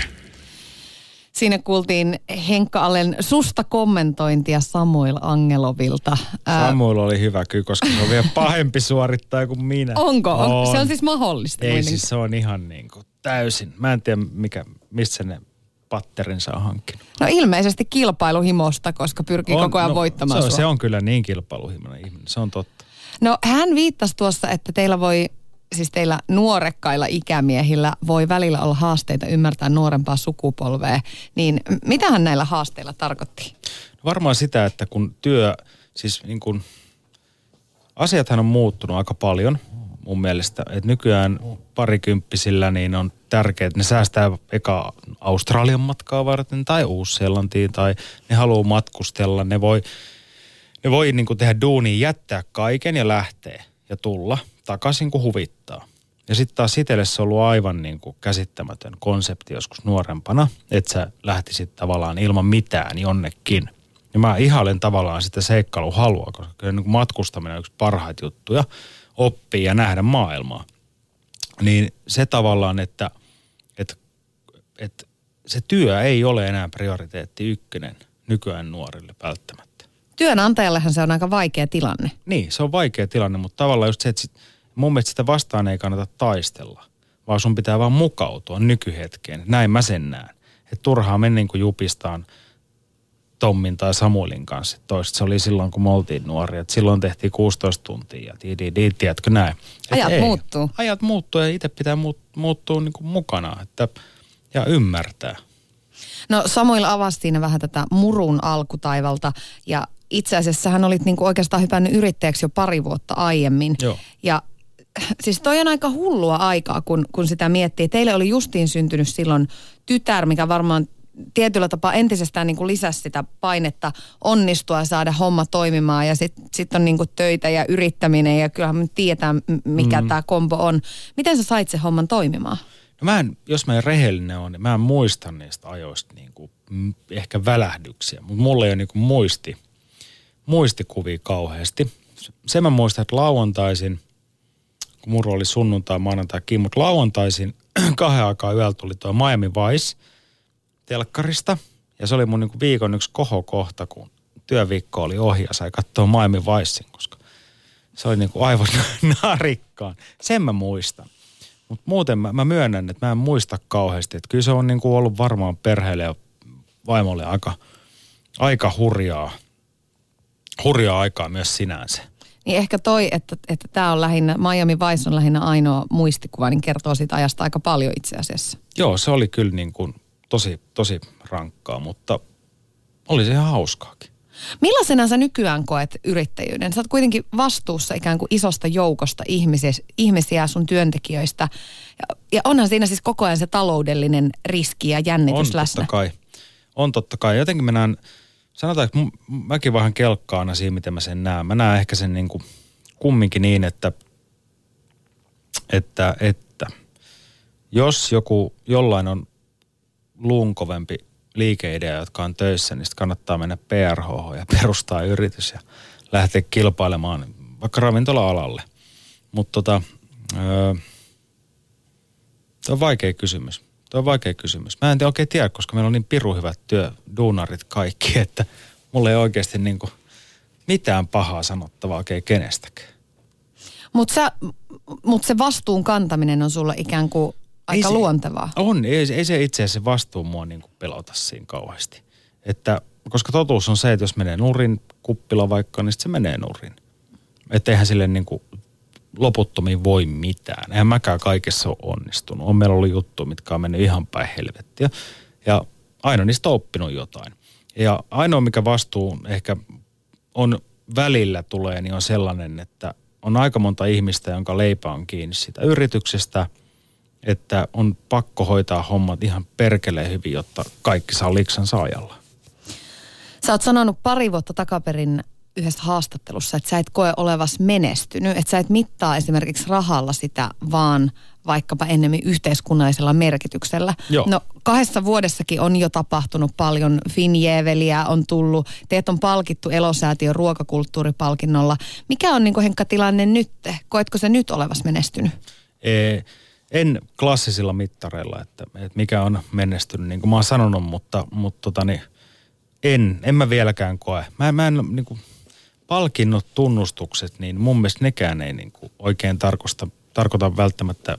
Siinä kuultiin Henkka Allen susta kommentointia Samuel Angelovilta. Samuel oli hyvä kyllä, koska se on vielä pahempi suorittaja kuin minä. Onko? On. On. Se on siis mahdollista. Ei siis se on ihan niin kuin täysin. Mä en tiedä, mikä, mistä ne patterinsa on hankkinut. No ilmeisesti kilpailuhimosta, koska pyrkii on, koko ajan no, voittamaan se on, sua. se on kyllä niin kilpailuhimoinen ihminen, se on totta. No hän viittasi tuossa, että teillä voi, siis teillä nuorekkailla ikämiehillä voi välillä olla haasteita ymmärtää nuorempaa sukupolvea. Niin mitä hän näillä haasteilla tarkoitti? Varmaan sitä, että kun työ, siis niin kuin, asiathan on muuttunut aika paljon mun mielestä. Että nykyään parikymppisillä niin on tärkeää, että ne säästää eka Australian matkaa varten tai Uus-Seelantiin tai ne haluaa matkustella. Ne voi, ne voi niin kuin tehdä duunia, jättää kaiken ja lähteä ja tulla takaisin kun huvittaa. Ja sitten taas itselle se on ollut aivan niin kuin käsittämätön konsepti joskus nuorempana, että sä lähtisit tavallaan ilman mitään jonnekin. Ja mä ihailen tavallaan sitä seikkailuhalua, koska kyllä niin kuin matkustaminen on yksi parhaita juttuja, oppia ja nähdä maailmaa. Niin se tavallaan, että, että, että se työ ei ole enää prioriteetti ykkönen nykyään nuorille välttämättä. Työnantajallehan se on aika vaikea tilanne. Niin, se on vaikea tilanne, mutta tavallaan just se, että sit, mun mielestä sitä vastaan ei kannata taistella, vaan sun pitää vaan mukautua nykyhetkeen. Näin mä sen näen. Että turhaa mennä niin kuin jupistaan Tommin tai Samuelin kanssa. Toista se oli silloin, kun me oltiin nuoria. Että silloin tehtiin kuusitoista tuntia ja tiedätkö, tiedätkö näin. Ajat ei, muuttuu. Ajat muuttuu ja itse pitää muut, muuttua niin kuin mukana että, ja ymmärtää. No Samuel avasi siinä vähän tätä murun alkutaivalta ja itse asiassa hän olit niinku oikeastaan hypännyt yrittäjäksi jo pari vuotta aiemmin. Joo. Ja siis toi on aika hullua aikaa, kun, kun sitä miettii. Teille oli justiin syntynyt silloin tytär, mikä varmaan tietyllä tapaa entisestään niin kuin lisäsi sitä painetta onnistua ja saada homma toimimaan. Ja sitten sit on niin kuin töitä ja yrittäminen ja kyllähän me tiedetään, mikä mm. tämä kombo on. Miten sä sait sen homman toimimaan? No mä en, jos mä en rehellinen ole, niin mä en muista niistä ajoista niin kuin, ehkä välähdyksiä. Mutta mulla ei ole niin kuin muisti, muistikuvia kauheasti. Se mä muistan, että lauantaisin, kun muru oli sunnuntai, maanantai, mutta lauantaisin kahden aikaa yöllä tuli tuo Miami Vice telkkarista. Ja se oli mun niinku viikon yksi kohokohta, kun työviikko oli ohi ja sai katsoa Miami Vicen, koska se oli niinku aivan narikkaan. Sen mä muistan. Mutta muuten mä, mä myönnän, että mä en muista kauheasti. Että kyllä se on niinku ollut varmaan perheelle ja vaimolle aika, aika hurjaa, hurjaa aikaa myös sinänsä. Niin ehkä toi, että että tämä on lähinnä, Miami Vice on lähinnä ainoa muistikuva, niin kertoo siitä ajasta aika paljon itse asiassa. Joo, se oli kyllä niin kuin tosi, tosi rankkaa, mutta oli se ihan hauskaakin. Millaisena sä nykyään koet yrittäjyyden? Sä oot kuitenkin vastuussa ikään kuin isosta joukosta ihmisiä, ihmisiä sun työntekijöistä. Ja, ja onhan siinä siis koko ajan se taloudellinen riski ja jännitys on läsnä. Totta kai. On totta kai. Jotenkin mä näen, sanotaan, että mäkin vähän kelkkaana siinä, miten mä sen näen. Mä näen ehkä sen niin kuin kumminkin niin, että, että, että jos joku, jollain on luunkovempi liikeidea, jotka on töissä, niin sitten kannattaa mennä P R H ja perustaa yritys ja lähteä kilpailemaan vaikka ravintola-alalle. Mutta tota, öö, tuo on vaikea kysymys. Tuo on vaikea kysymys. Mä en oikein tiedä, koska meillä on niin pirun hyvät työduunarit kaikki, että mulla ei oikeasti niinku mitään pahaa sanottavaa oikein kenestäkään. Mutta mut se vastuun kantaminen on sulla ikään kuin aika se, luontevaa. On, ei, ei se itse asiassa vastuu mua niin kuin pelota siinä kauheasti. Että, koska totuus on se, että jos menee nurin kuppila vaikka, niin sitten se menee nurin. Että eihän sille niin kuin loputtomiin voi mitään. Eihän mäkään kaikessa ole onnistunut. On meillä ollut juttuja, mitkä on mennyt ihan päin helvettiä. Ja aina niistä on oppinut jotain. Ja ainoa, mikä vastuu ehkä on välillä tulee, niin on sellainen, että on aika monta ihmistä, jonka leipä on kiinni siitä yrityksestä, että on pakko hoitaa hommat ihan perkeleen hyvin, jotta kaikki saa liksansa ajalla. Sä oot sanonut pari vuotta takaperin yhdessä haastattelussa, että sä et koe olevas menestynyt, että sä et mittaa esimerkiksi rahalla sitä, vaan vaikkapa ennemmin yhteiskunnallisella merkityksellä. Joo. No kahdessa vuodessakin on jo tapahtunut paljon. Finjeveliä on tullut, teet on palkittu Elosäätiön ruokakulttuuripalkinnolla. Mikä on niin kuin Henkka tilanne nyt? Koetko sä nyt olevas menestynyt? Ee, en klassisilla mittareilla, että, että mikä on menestynyt, niin kuin mä oon sanonut, mutta, mutta tota niin, en, en mä vieläkään koe. Mä, mä en niin kuin, palkinnot, tunnustukset, niin mun mielestä nekään ei niin kuin oikein tarkoita, tarkoita välttämättä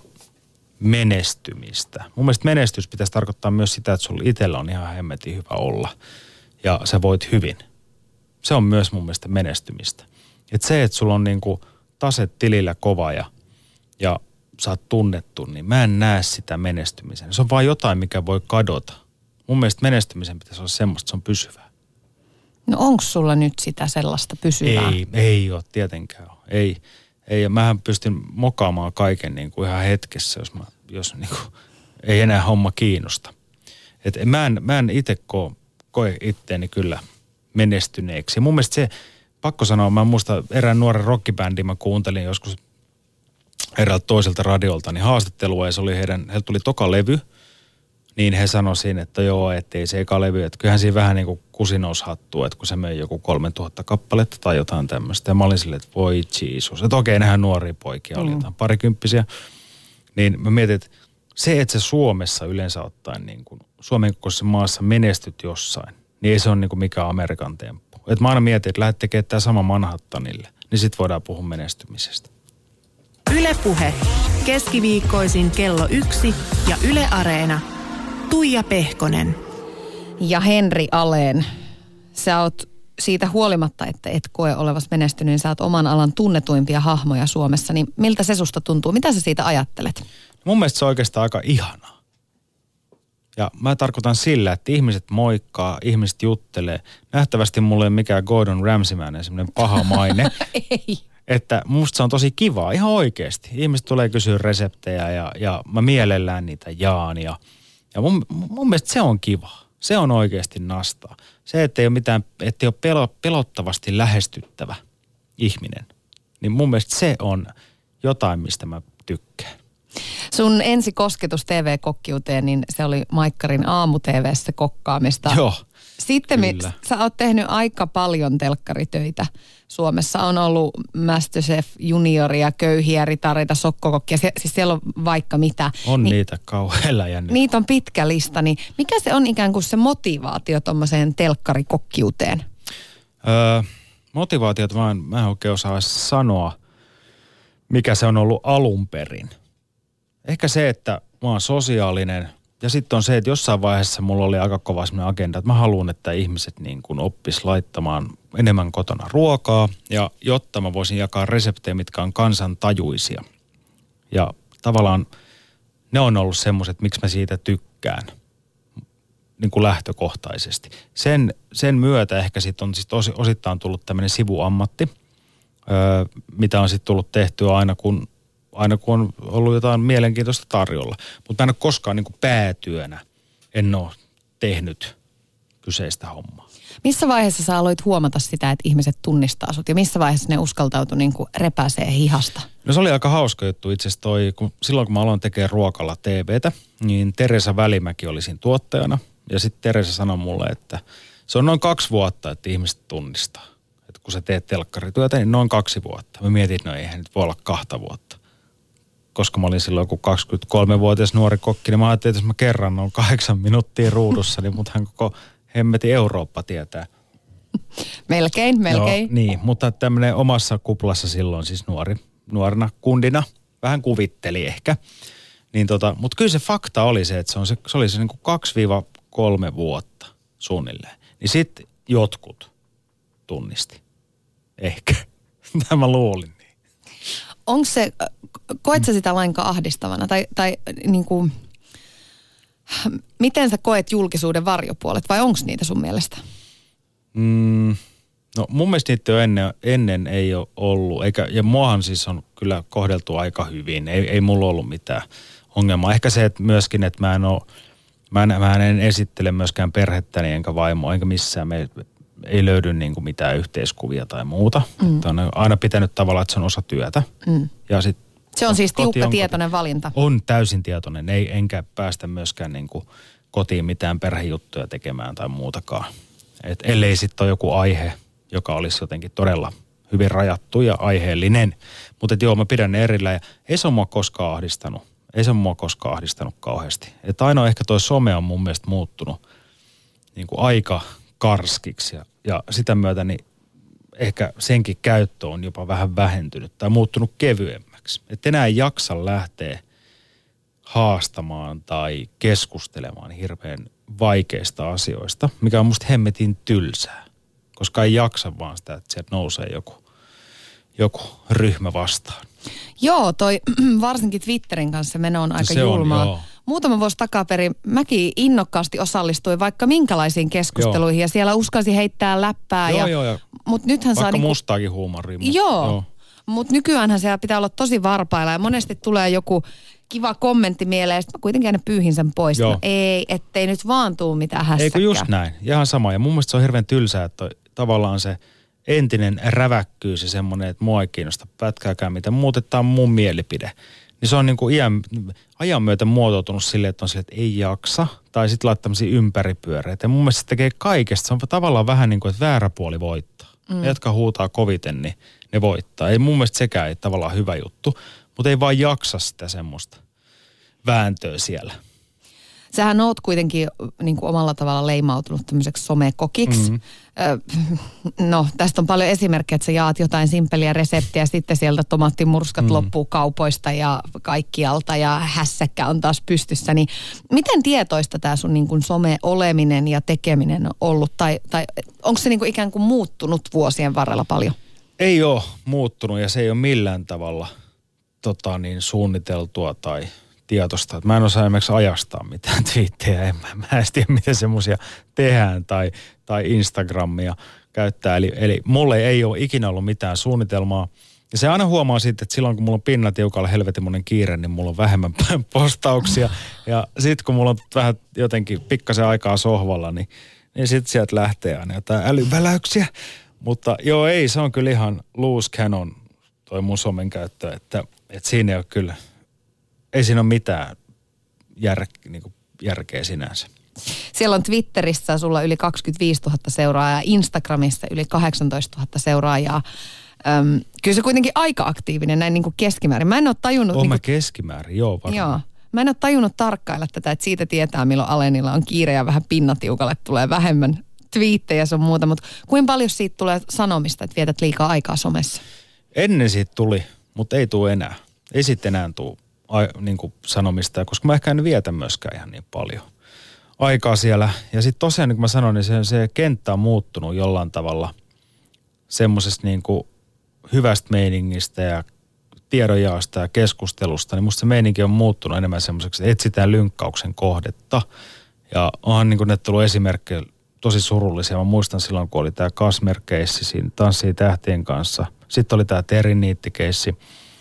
menestymistä. Mun mielestä menestys pitäisi tarkoittaa myös sitä, että sulla itsellä on ihan hemmetin hyvä olla ja sä voit hyvin. Se on myös mun mielestä menestymistä. Että se, että sulla on niin kuin taset tilillä kova ja, ja sä oot tunnettu, niin mä en näe sitä menestymisen. Se on vaan jotain, mikä voi kadota. Mun mielestä menestymisen pitäisi olla semmoista, että se on pysyvää. No onko sulla nyt sitä sellaista pysyvää? Ei, ei ole tietenkään ole. Ei, ei. Ja mähän pystyn mokaamaan kaiken niin kuin ihan hetkessä, jos, mä, jos niin kuin, ei enää homma kiinnosta. Et mä en, mä en itse koe, koe itteeni kyllä menestyneeksi. Ja mun mielestä se, pakko sanoa, mä muistan erään nuoren rockibändin, mä kuuntelin joskus eräältä toiselta radiolta, niin haastattelua, ja se oli heidän, heiltä tuli toka levy, niin he sanoi siinä, että joo, ettei se eka levy, että kyllähän siinä vähän niin kuin kusinous-hattuu, että kun se möi joku kolmetuhatta kappaletta tai jotain tämmöistä. Ja mä olin silleen, että voi Jeesus, että okei, nähän nuoria poikia oli, mm. jotain parikymppisiä. Niin mä mietin, että se, että se Suomessa yleensä ottaen, niin kuin Suomen kokoisessa maassa menestyt jossain, niin ei se ole niin kuin mikään Amerikan temppu. Että mä aina mietin, että lähdet tekemään tämä sama Manhattanille, niin sit voidaan puhua menestymisestä. Yle Puhe. Keskiviikkoisin kello yksi ja Yle Areena. Tuija Pehkonen. Ja Henri Aleen, sä oot siitä huolimatta, että et koe olevas menestynyt, niin sä oot oman alan tunnetuimpia hahmoja Suomessa, niin miltä se susta tuntuu? Mitä sä siitä ajattelet? Mun mielestä se on oikeastaan aika ihanaa. Ja mä tarkoitan sillä, että ihmiset moikkaa, ihmiset juttelee. Nähtävästi mulla ei ole mikään Gordon Ramsaymäinen semmoinen paha maine. Ei. Että musta se on tosi kivaa, ihan oikeasti. Ihmiset tulee kysyä reseptejä ja, ja mä mielellään niitä jaan. Ja, ja mun, mun mielestä se on kiva. Se on oikeasti nastaa. Se, että ei ole mitään, ettei ole pelo, pelottavasti lähestyttävä ihminen. Niin mun mielestä se on jotain, mistä mä tykkään. Sun ensi kosketus T V-kokkiuteen, niin se oli Maikkarin aamu-T V:ssä kokkaamista. Joo. Sitten me, sä oot tehnyt aika paljon telkkaritöitä. Suomessa on ollut MasterChef junioria, köyhiä, ritareita, sokkokokkia. Sie, siis siellä on vaikka mitä. On Ni, niitä kauhealla jänniä. Niitä on pitkä lista. Niin mikä se on ikään kuin se motivaatio tuommoiseen telkkarikokkiuteen? Öö, motivaatiot mä en, mä en oikein osaa sanoa, mikä se on ollut alun perin. Ehkä se, että mä oon sosiaalinen. Ja sitten on se, että jossain vaiheessa mulla oli aika kova sellainen agenda, että mä haluan, että ihmiset niin kuin oppis laittamaan enemmän kotona ruokaa, ja jotta mä voisin jakaa reseptejä, mitkä on kansantajuisia. Ja tavallaan ne on ollut semmoiset, miksi mä siitä tykkään niin kuin lähtökohtaisesti. Sen, sen myötä ehkä sitten on sit osittain tullut tämmöinen sivuammatti, öö, mitä on sitten tullut tehtyä aina kun aina kun on ollut jotain mielenkiintoista tarjolla. Mutta mä en ole koskaan niin kuin päätyönä, en ole tehnyt kyseistä hommaa. Missä vaiheessa sä aloit huomata sitä, että ihmiset tunnistaa sut? Ja missä vaiheessa ne uskaltautui niin kuin repäsee hihasta? No se oli aika hauska juttu itse asiassa toi, kun silloin kun mä aloin tekemään Ruokalla T V:tä, niin Teresa Välimäki oli siinä tuottajana. Ja sitten Teresa sanoi mulle, että se on noin kaksi vuotta, että ihmiset tunnistaa. Että kun sä teet telkkarityötä, niin noin kaksi vuotta. Mä mietin, että no eihän nyt voi olla kahta vuotta. Koska mä olin silloin joku kaksikymmentäkolmevuotias nuori kokki, niin mä ajattelin, että jos mä kerran on kahdeksan minuuttia ruudussa, niin muthan koko hemmetin Eurooppa tietää. Melkein, melkein. Joo, niin, mutta tämmöinen omassa kuplassa silloin siis nuori, nuorena kundina, vähän kuvitteli ehkä. Niin tota, mutta kyllä se fakta oli se, että se, on se, se oli se niin kuin kaksi kolme vuotta suunnilleen. Niin sit jotkut tunnisti. Ehkä. Tämä mä luulin. Onko se, koet sä sitä lainkaan ahdistavana? Tai, tai niin kuin, miten sä koet julkisuuden varjopuolet vai onko niitä sun mielestä? Mm, no mun mielestä niitä jo ennen, ennen ei ole ollut. Eikä, ja muahan siis on kyllä kohdeltu aika hyvin. Ei, ei mulla ollut mitään ongelmaa. Ehkä se, että myöskin, että mä en, ole, mä en, mä en esittele myöskään perhettäni enkä vaimoa, enkä missään. Me, ei löydy niin kuin mitään yhteiskuvia tai muuta. Mm. On aina pitänyt tavallaan, että se on osa työtä. Mm. Ja sit se on siis tiukka on tietoinen koti. valinta. On täysin tietoinen. Ei, enkä päästä myöskään niin kuin kotiin mitään perhejuttuja tekemään tai muutakaan. Et ellei sitten ole joku aihe, joka olisi jotenkin todella hyvin rajattu ja aiheellinen. Mutta joo, mä pidän ne erillä ja ei se ole mua koskaan ahdistanut. Ei se ole mua koskaan ahdistanut kauheasti. Että ainoa ehkä toi some on mun mielestä muuttunut niin kuin aika karskiksi ja, ja sitä myötä niin ehkä senkin käyttö on jopa vähän vähentynyt tai muuttunut kevyemmäksi. Että enää ei jaksa lähteä haastamaan tai keskustelemaan hirveän vaikeista asioista, mikä on musta hemmetin tylsää, koska ei jaksa vaan sitä, että sieltä nousee joku, joku ryhmä vastaan. Joo, toi varsinkin Twitterin kanssa meno on aika se julmaa. on, joo. Muutama vuosi takaperin mäkin innokkaasti osallistuin vaikka minkälaisiin keskusteluihin joo. ja siellä uskalsi heittää läppää. Joo, ja, joo, joo. Mut nythän vaikka saa niinku, mustaakin huumoria. Mutta, joo, joo. mutta nykyäänhän siellä pitää olla tosi varpailla ja monesti tulee joku kiva kommentti mieleen ja sitten mä kuitenkin aina pyyhin sen pois. No ei, ettei nyt vaan tuu mitään hässäkkää. Eikö just näin, ihan sama. Ja mun mielestä se on hirveän tylsää, että tavallaan se entinen räväkkyys ja semmoinen, että mua ei kiinnosta pätkääkään mitä muuta, että tämä on mun mielipide. Niin se on niin kuin iän, ajan myötä muotoutunut silleen, että on silleen, että ei jaksa. Tai sitten laittaa tämmöisiä ympäripyöreitä. Ja mun mielestä se tekee kaikesta. Se on tavallaan vähän niin kuin, että väärä puoli voittaa. Mm. Ne, jotka huutaa koviten, niin ne voittaa. Ei mun mielestä sekään ei tavallaan hyvä juttu. Mutta ei vaan jaksa sitä semmoista vääntöä siellä. Sähän oot kuitenkin niin kuin omalla tavalla leimautunut tämmöiseksi somekokiksi. Mm-hmm. No, tästä on paljon esimerkkejä, että sä jaat jotain simpeliä reseptiä ja sitten sieltä tomaattimurskat mm. loppuu kaupoista ja kaikkialta ja hässäkkä on taas pystyssä. Niin miten tietoista tämä sun niin kuin some-oleminen ja tekeminen on ollut? Tai, tai onko se niin kuin ikään kuin muuttunut vuosien varrella paljon? Ei ole muuttunut ja se ei ole millään tavalla tota niin, suunniteltua tai tietosta. Mä en osaa esimerkiksi ajastaa mitään twiittejä. En mä, mä en tiedä, miten semmoisia tehdään tai, tai Instagramia käyttää. Eli, eli mulle ei ole ikinä ollut mitään suunnitelmaa. Ja se aina huomaa sitten, että silloin kun mulla on pinna tiukalla helvetimoinen kiire, niin mulla on vähemmän postauksia. Ja sitten kun mulla on vähän jotenkin pikkasen aikaa sohvalla, niin, niin sitten sieltä lähtee aina jotain älyväläyksiä. Mutta joo, ei, se on kyllä ihan loose cannon toi mun somen käyttö, että, että siinä ei ole kyllä, ei siinä ole mitään jär, niin kuin järkeä sinänsä. Siellä on Twitterissä sulla yli kaksikymmentäviisituhatta seuraajaa ja Instagramissa yli kahdeksantoistatuhatta seuraajaa. Öm, kyllä se kuitenkin aika aktiivinen näin niin kuin keskimäärin. Mä en ole tajunnut... Oon niin mä kuin, keskimäärin, joo varmaan. Joo. Mä en ole tajunnut tarkkailla tätä, että siitä tietää milloin Alenilla on kiire ja vähän pinnatiukalle tulee vähemmän twiittejä sun muuta. Mutta kuinka paljon siitä tulee sanomista, että vietät liikaa aikaa somessa? Ennen siitä tuli, mutta ei tule enää. Ei sitten enää tule niin kuin sanomista, koska mä ehkä en vietä myöskään ihan niin paljon aikaa siellä. Ja sitten tosiaan, niin kuin mä sanoin, niin se, se kenttä on muuttunut jollain tavalla semmoisesta niin kuin hyvästä meiningistä ja tiedonjaosta ja keskustelusta. Niin musta se meininki on muuttunut enemmän semmoiseksi, että etsitään lynkkauksen kohdetta. Ja onhan niin kuin ne tullut esimerkkejä tosi surullisia. Mä muistan silloin, kun oli tämä Kasmer-keissi siinä Tanssii tähtien kanssa. Sitten oli tämä Teriniitti-keissi.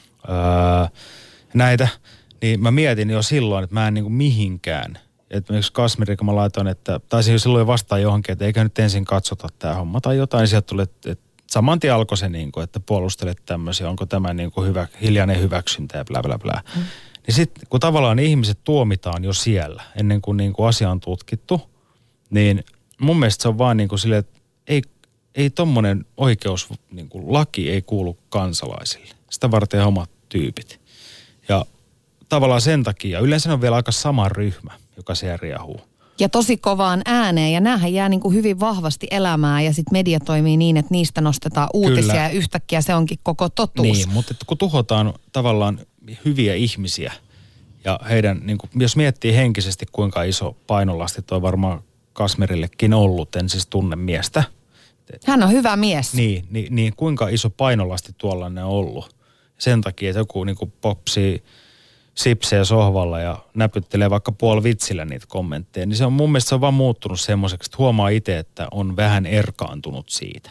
Öö, näitä. Niin mä mietin jo silloin, että mä en niin kuin mihinkään. Että esimerkiksi Kasmeri, kun mä laitoin, että taisin jo silloin vastaan johonkin, että eikä nyt ensin katsota tämä homma tai jotain. Niin sieltä tuli, että, että saman tien alkoi se, niin kuin, että puolustelet tämmöisiä, onko tämä niin kuin hyvä, hiljainen hyväksyntä ja blä blä blä. Mm. Niin sitten kun tavallaan ihmiset tuomitaan jo siellä, ennen kuin, niin kuin asia on tutkittu, niin mun mielestä se on vaan niin kuin silleen, että ei, ei tommonen oikeus, niin kuin laki ei kuulu kansalaisille. Sitä varten omat tyypit. Ja tavallaan sen takia, yleensä on vielä aika sama ryhmä, joka siellä riehuu. Ja tosi kovaan ääneen, ja näähän jää niin kuin hyvin vahvasti elämään, ja sitten media toimii niin, että niistä nostetaan uutisia, Kyllä. ja yhtäkkiä se onkin koko totuus. Niin, mutta kun tuhotaan tavallaan hyviä ihmisiä, ja heidän, niin kuin, jos miettii henkisesti, kuinka iso painolasti toi varmaan Kasmerillekin ollut, en siis tunne miestä. Hän on hyvä mies. Niin, niin, niin kuinka iso painolasti tuolla ne on ollut. Sen takia, että joku niin kuin popsii sipsejä sohvalla ja näpyttelee vaikka puoli vitsillä niitä kommentteja, niin se on mun mielestä se on vaan muuttunut semmoiseksi, että huomaa itse, että on vähän erkaantunut siitä.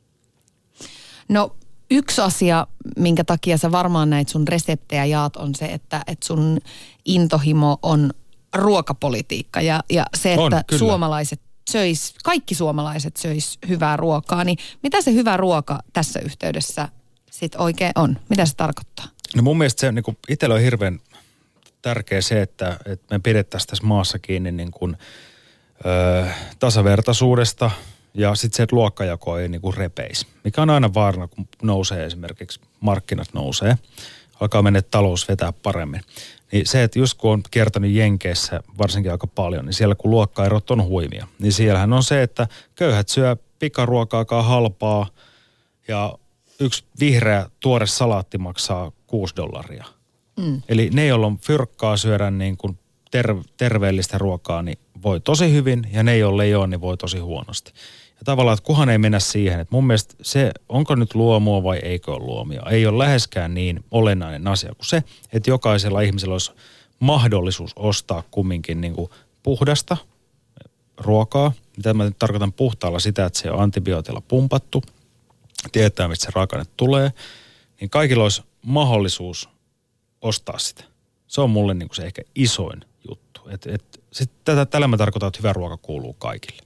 No yksi asia, minkä takia sä varmaan näitä sun reseptejä jaat, on se, että, että sun intohimo on ruokapolitiikka ja, ja se, että on, suomalaiset söis, kaikki suomalaiset söis hyvää ruokaa, niin mitä se hyvä ruoka tässä yhteydessä sitten oikein on? Mitä se tarkoittaa? No mun mielestä se niin itsellä on hirveän tärkeä se, että, että me pidettäisiin tässä maassa kiinni niin kuin, ö, tasavertaisuudesta ja sitten se, että luokkajako ei niin kuin repeisi. Mikä on aina vaarana, kun nousee esimerkiksi, markkinat nousee, alkaa mennä talous vetää paremmin. Niin se, että just kun on kiertänyt Jenkeissä varsinkin aika paljon, niin siellä kun luokkaerot on huimia, niin siellähän on se, että köyhät syö pikaruokaakaan halpaa ja yksi vihreä tuore salaatti maksaa kuusi dollaria. Mm. Eli ne, joilla on fyrkkaa syödä niin kuin ter- terveellistä ruokaa, niin voi tosi hyvin ja ne, joilla ei ole, niin voi tosi huonosti. Ja tavallaan, että kuhan ei mennä siihen, että mun mielestä se, onko nyt luomua vai eikö ole luomia, ei ole läheskään niin olennainen asia kuin se, että jokaisella ihmisellä olisi mahdollisuus ostaa kumminkin niin kuin puhdasta ruokaa. Mitä mä nyt tarkoitan puhtaalla sitä, että se on antibiootilla pumpattu, tietää, mistä se raaka-aine tulee, niin kaikilla olisi mahdollisuus ostaa sitä. Se on mulle niin kuin se ehkä isoin juttu. Et, et, sit tätä, tällä mä tarkoitan, että hyvä ruoka kuuluu kaikille.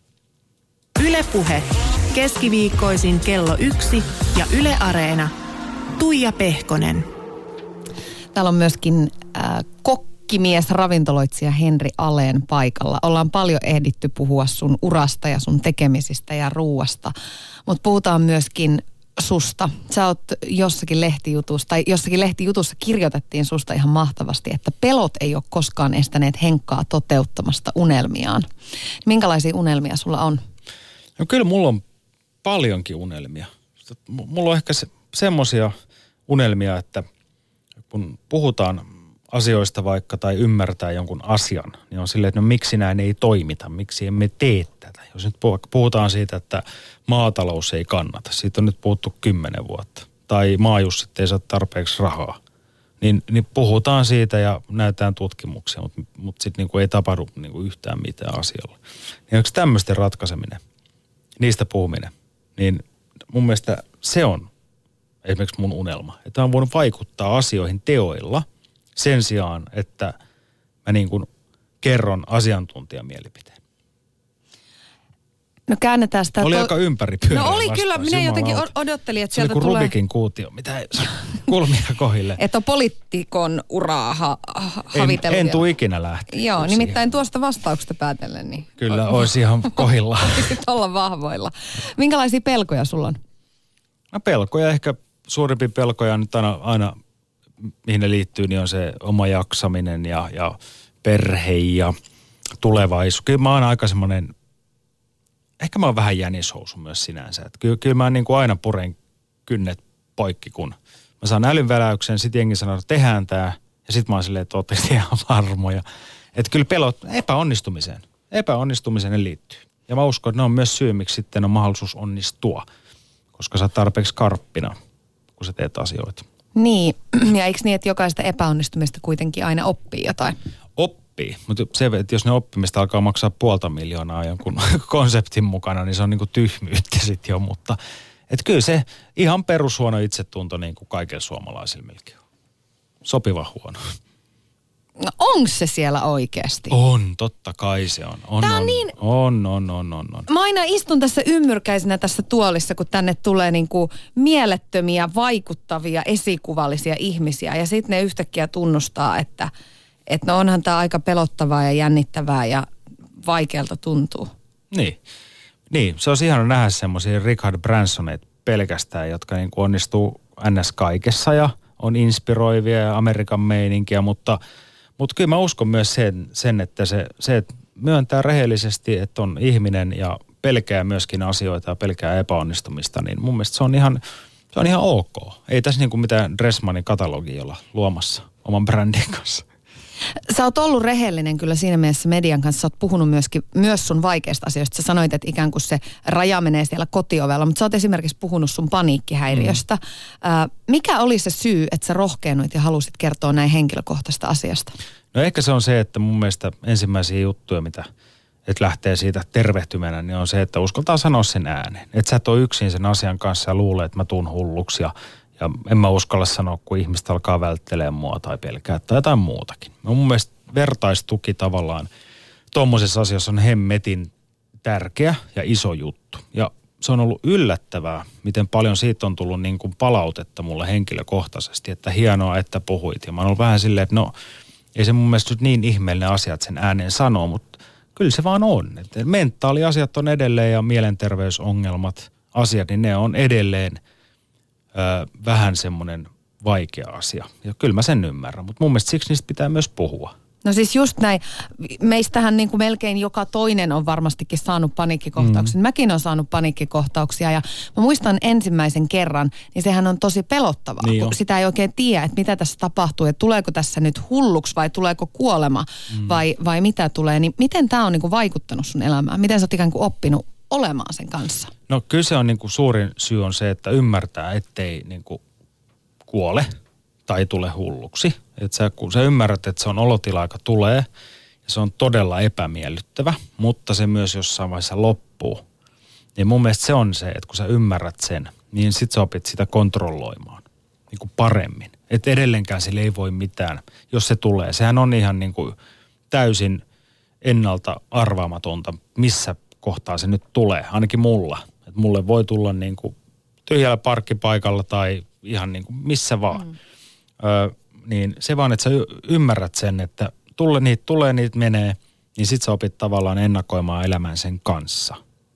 Yle Puhe. Keskiviikkoisin kello yksi ja Yle Areena. Tuija Pehkonen. Täällä on myöskin äh, kokkimies, ravintoloitsija Henri Aleen paikalla. Ollaan paljon ehditty puhua sun urasta ja sun tekemisistä ja ruuasta. Mutta puhutaan myöskin susta. Sä oot jossakin lehtijutussa, tai jossakin lehtijutussa kirjoitettiin susta ihan mahtavasti, että pelot ei ole koskaan estäneet Henkkaa toteuttamasta unelmiaan. Minkälaisia unelmia sulla on? No kyllä mulla on paljonkin unelmia. Mulla on ehkä se, semmoisia unelmia, että kun puhutaan asioista vaikka tai ymmärtää jonkun asian, niin on silleen, että no miksi näin ei toimita, miksi emme tee tätä. Jos nyt puhutaan siitä, että maatalous ei kannata, siitä on nyt puhuttu kymmenen vuotta, tai maajussit ei saa tarpeeksi rahaa, niin, niin puhutaan siitä ja näytetään tutkimuksia, mutta, mutta sitten niin ei tapahdu niin yhtään mitään asialla. Niin onko tämmöisten ratkaiseminen, niistä puhuminen, niin mun mielestä se on esimerkiksi mun unelma, että on voinut vaikuttaa asioihin teoilla sen sijaan, että mä niin kuin kerron asiantuntijamielipiteen. No käännetään sitä. Oli to... aika ympäripyöreä No oli vastaus. kyllä, minä Jumalauta. jotenkin odottelin, että se sieltä oli tulee. Rubikin kuutio, mitä ei kulmia kohille. Että on poliitikon uraa ha- ha- havitellut. En, en tule ikinä lähteä. Joo, nimittäin tuosta vastauksesta päätellen. Niin kyllä, olisi ihan kohilla. Voisit olla vahvoilla. Minkälaisia pelkoja sulla on? No pelkoja, ehkä suurimpi pelkoja nyt aina, aina mihin ne liittyy, niin on se oma jaksaminen ja, ja perhe ja tulevaisuus. Kyllä mä oon aika semmoinen, ehkä mä oon vähän jänishousu myös sinänsä. Että kyllä, kyllä mä niin kuin aina puren kynnet poikki, kun mä saan älynväläyksen, sit jengi sanoo, että tehdään tää. Ja sit mä oon silleen, että ootte ihan varmoja. Että kyllä pelot epäonnistumiseen, epäonnistumiseen ne liittyy. Ja mä uskon, että ne on myös syy, miksi sitten on mahdollisuus onnistua. Koska sä oot tarpeeksi karppina, kun sä teet asioita. Niin, ja eikö niin, että jokaista epäonnistumista kuitenkin aina oppii jotain? Oppii, mutta se, että jos ne oppimista alkaa maksaa puolta miljoonaa jonkun konseptin mukana, niin se on niin kuin tyhmyyttä sitten jo, mutta että kyllä se ihan perushuono itsetunto niin kuin kaikilla suomalaisilla melkein on. Sopiva huono. No onko se siellä oikeasti? On, totta kai se on. On, Tää on on, niin... on, on, on, on, on. Mä aina istun tässä ymmyrkäisenä tässä tuolissa, kun tänne tulee niinku mielettömiä, vaikuttavia, esikuvallisia ihmisiä. Ja sitten ne yhtäkkiä tunnustaa, että, että no onhan tää aika pelottavaa ja jännittävää ja vaikealta tuntuu. Niin, niin se on ihana nähdä semmoisia Richard Bransoneita pelkästään, jotka niinku onnistuu ns. Kaikessa ja on inspiroivia ja Amerikan meininkiä, mutta... Mutta kyllä mä uskon myös sen, sen että se, se että myöntää rehellisesti, että on ihminen ja pelkää myöskin asioita ja pelkää epäonnistumista, niin mun mielestä se on ihan, se on ihan ok. Ei tässä niinku mitään Dressmanin katalogia olla luomassa oman brändin kanssa. Sä oot ollut rehellinen kyllä siinä mielessä median kanssa. Sä oot puhunut myöskin, myös sun vaikeista asioista. Sä sanoit, että ikään kuin se raja menee siellä kotiovella, mutta sä oot esimerkiksi puhunut sun paniikkihäiriöstä. Mm. Äh, mikä oli se syy, että sä rohkeenuit ja halusit kertoa näin henkilökohtaisesta asiasta? No ehkä se on se, että mun mielestä ensimmäisiä juttuja, mitä että lähtee siitä tervehtymänä, niin on se, että uskaltaa sanoa sen ääneen. Että sä et ole yksin sen asian kanssa ja luulee, että mä tuun hulluksi ja Ja en mä uskalla sanoa, kun ihmistä alkaa välttelemään mua tai pelkää tai jotain muutakin. No mun mielestä vertaistuki tavallaan tuommoisessa asiassa on hemmetin tärkeä ja iso juttu. Ja se on ollut yllättävää, miten paljon siitä on tullut niin kuin palautetta mulle henkilökohtaisesti, että hienoa, että puhuit. Ja mä oon ollut vähän silleen, että no ei se mun mielestä nyt niin ihmeellinen asia, että sen ääneen sanoo, mutta kyllä se vaan on. Että mentaaliasiat on edelleen ja mielenterveysongelmat, asiat, niin ne on edelleen ö, vähän semmoinen vaikea asia. Ja kyllä mä sen ymmärrän, mutta mun mielestä siksi niistä pitää myös puhua. No siis just näin. Meistähän niin kuin melkein joka toinen on varmastikin saanut paniikkikohtauksia. Mm. Mäkin olen saanut paniikkikohtauksia ja mä muistan ensimmäisen kerran, niin sehän on tosi pelottavaa, niin kun sitä ei oikein tiedä, että mitä tässä tapahtuu, että tuleeko tässä nyt hulluksi vai tuleeko kuolema mm. vai, vai mitä tulee. Niin miten tämä on niin kuin vaikuttanut sun elämään? Miten sä oot ikään kuin oppinut olemaan sen kanssa? No kyllä se on niin kuin suurin syy on se, että ymmärtää, ettei niin kuin kuole tai tule hulluksi. Että sä, kun sä ymmärrät, että se on olotila, joka tulee, ja se on todella epämiellyttävä, mutta se myös jossain vaiheessa loppuu. Niin mun mielestä se on se, että kun sä ymmärrät sen, niin sit sä opit sitä kontrolloimaan niin kuin paremmin. Että edelleenkään sille ei voi mitään, jos se tulee. Sehän on ihan niin kuin täysin ennalta arvaamatonta, missä kohtaa se nyt tulee, ainakin mulla. Että mulle voi tulla niin kuin tyhjällä parkkipaikalla tai ihan niin kuin missä vaan. Mm. Öö, niin se vaan, että sä ymmärrät sen, että tulle, niitä tulee, niitä menee, niin sit sä opit tavallaan ennakoimaan elämän sen kanssa.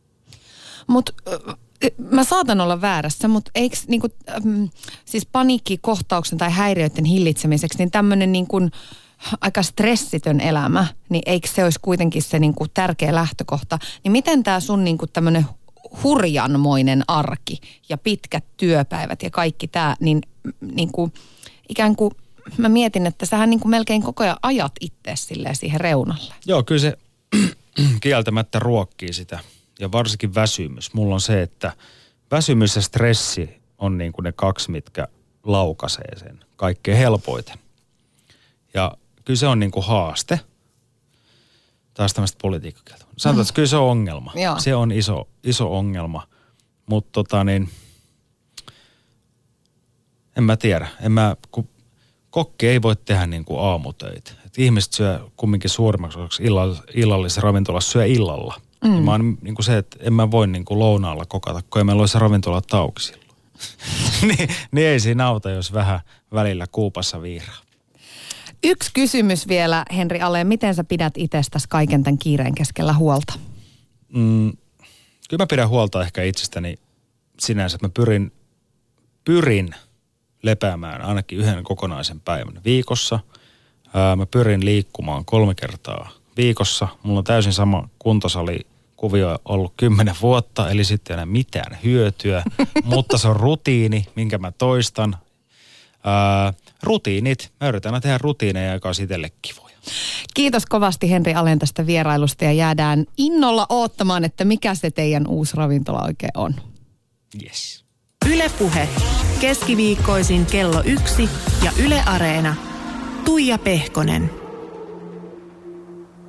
Mutta mä saatan olla väärässä, mutta eikö niinku, äm, siis paniikkikohtauksen tai häiriöiden hillitsemiseksi, niin tämmöinen niinku aika stressitön elämä, niin eikö se olisi kuitenkin se niinku tärkeä lähtökohta? Niin miten tää sun niinku tämmöinen hurjanmoinen arki ja pitkät työpäivät ja kaikki tää, niin niinku ikään kuin mä mietin, että sähän niin kuin melkein koko ajan ajat itse silleen siihen reunalle. Joo, kyllä se kieltämättä ruokkii sitä. Ja varsinkin väsymys. Mulla on se, että väsymys ja stressi on niin kuin ne kaksi, mitkä laukaisee sen kaikkein helpoiten. Ja kyllä se on niin kuin haaste. Taas tämmöistä politiikkakieltä. Sanotaan, että kyllä se on ongelma. Joo. Se on iso, iso ongelma. Mutta tota niin, en mä tiedä. En mä, kun kokki ei voi tehdä niin kuin aamutöitä. Et ihmiset syö kumminkin suurimmaksi osaksi illallisessa ravintolassa syö illalla. Mm. Ja mä oon niin kuin se, että en mä voi niin kuin lounaalla kokata, kun ei meillä ole se ravintola auki silloin. niin, niin ei siinä auta, jos vähän välillä kuupassa viiraa. Yksi kysymys vielä, Henri Ale. Miten sä pidät itsestäsi kaiken tämän kiireen keskellä huolta? Mm, kyllä mä pidän huolta ehkä itsestäni sinänsä, että mä pyrin, pyrin lepäämään ainakin yhden kokonaisen päivän viikossa. Ää, mä pyrin liikkumaan kolme kertaa viikossa. Mulla on täysin sama kuntosalikuvio ollut kymmenen vuotta, eli sitten ei enää mitään hyötyä, mutta se on rutiini, minkä mä toistan. Ää, rutiinit. Mä yritän aina tehdä rutiineja, joka on itselle kivoja. Kiitos kovasti Henri Alen tästä vierailusta ja jäädään innolla oottamaan, että mikä se teidän uusi ravintola oikein on. Yes. Yle Puhe. Keskiviikkoisin kello yksi ja Yle Areena. Tuija Pehkonen.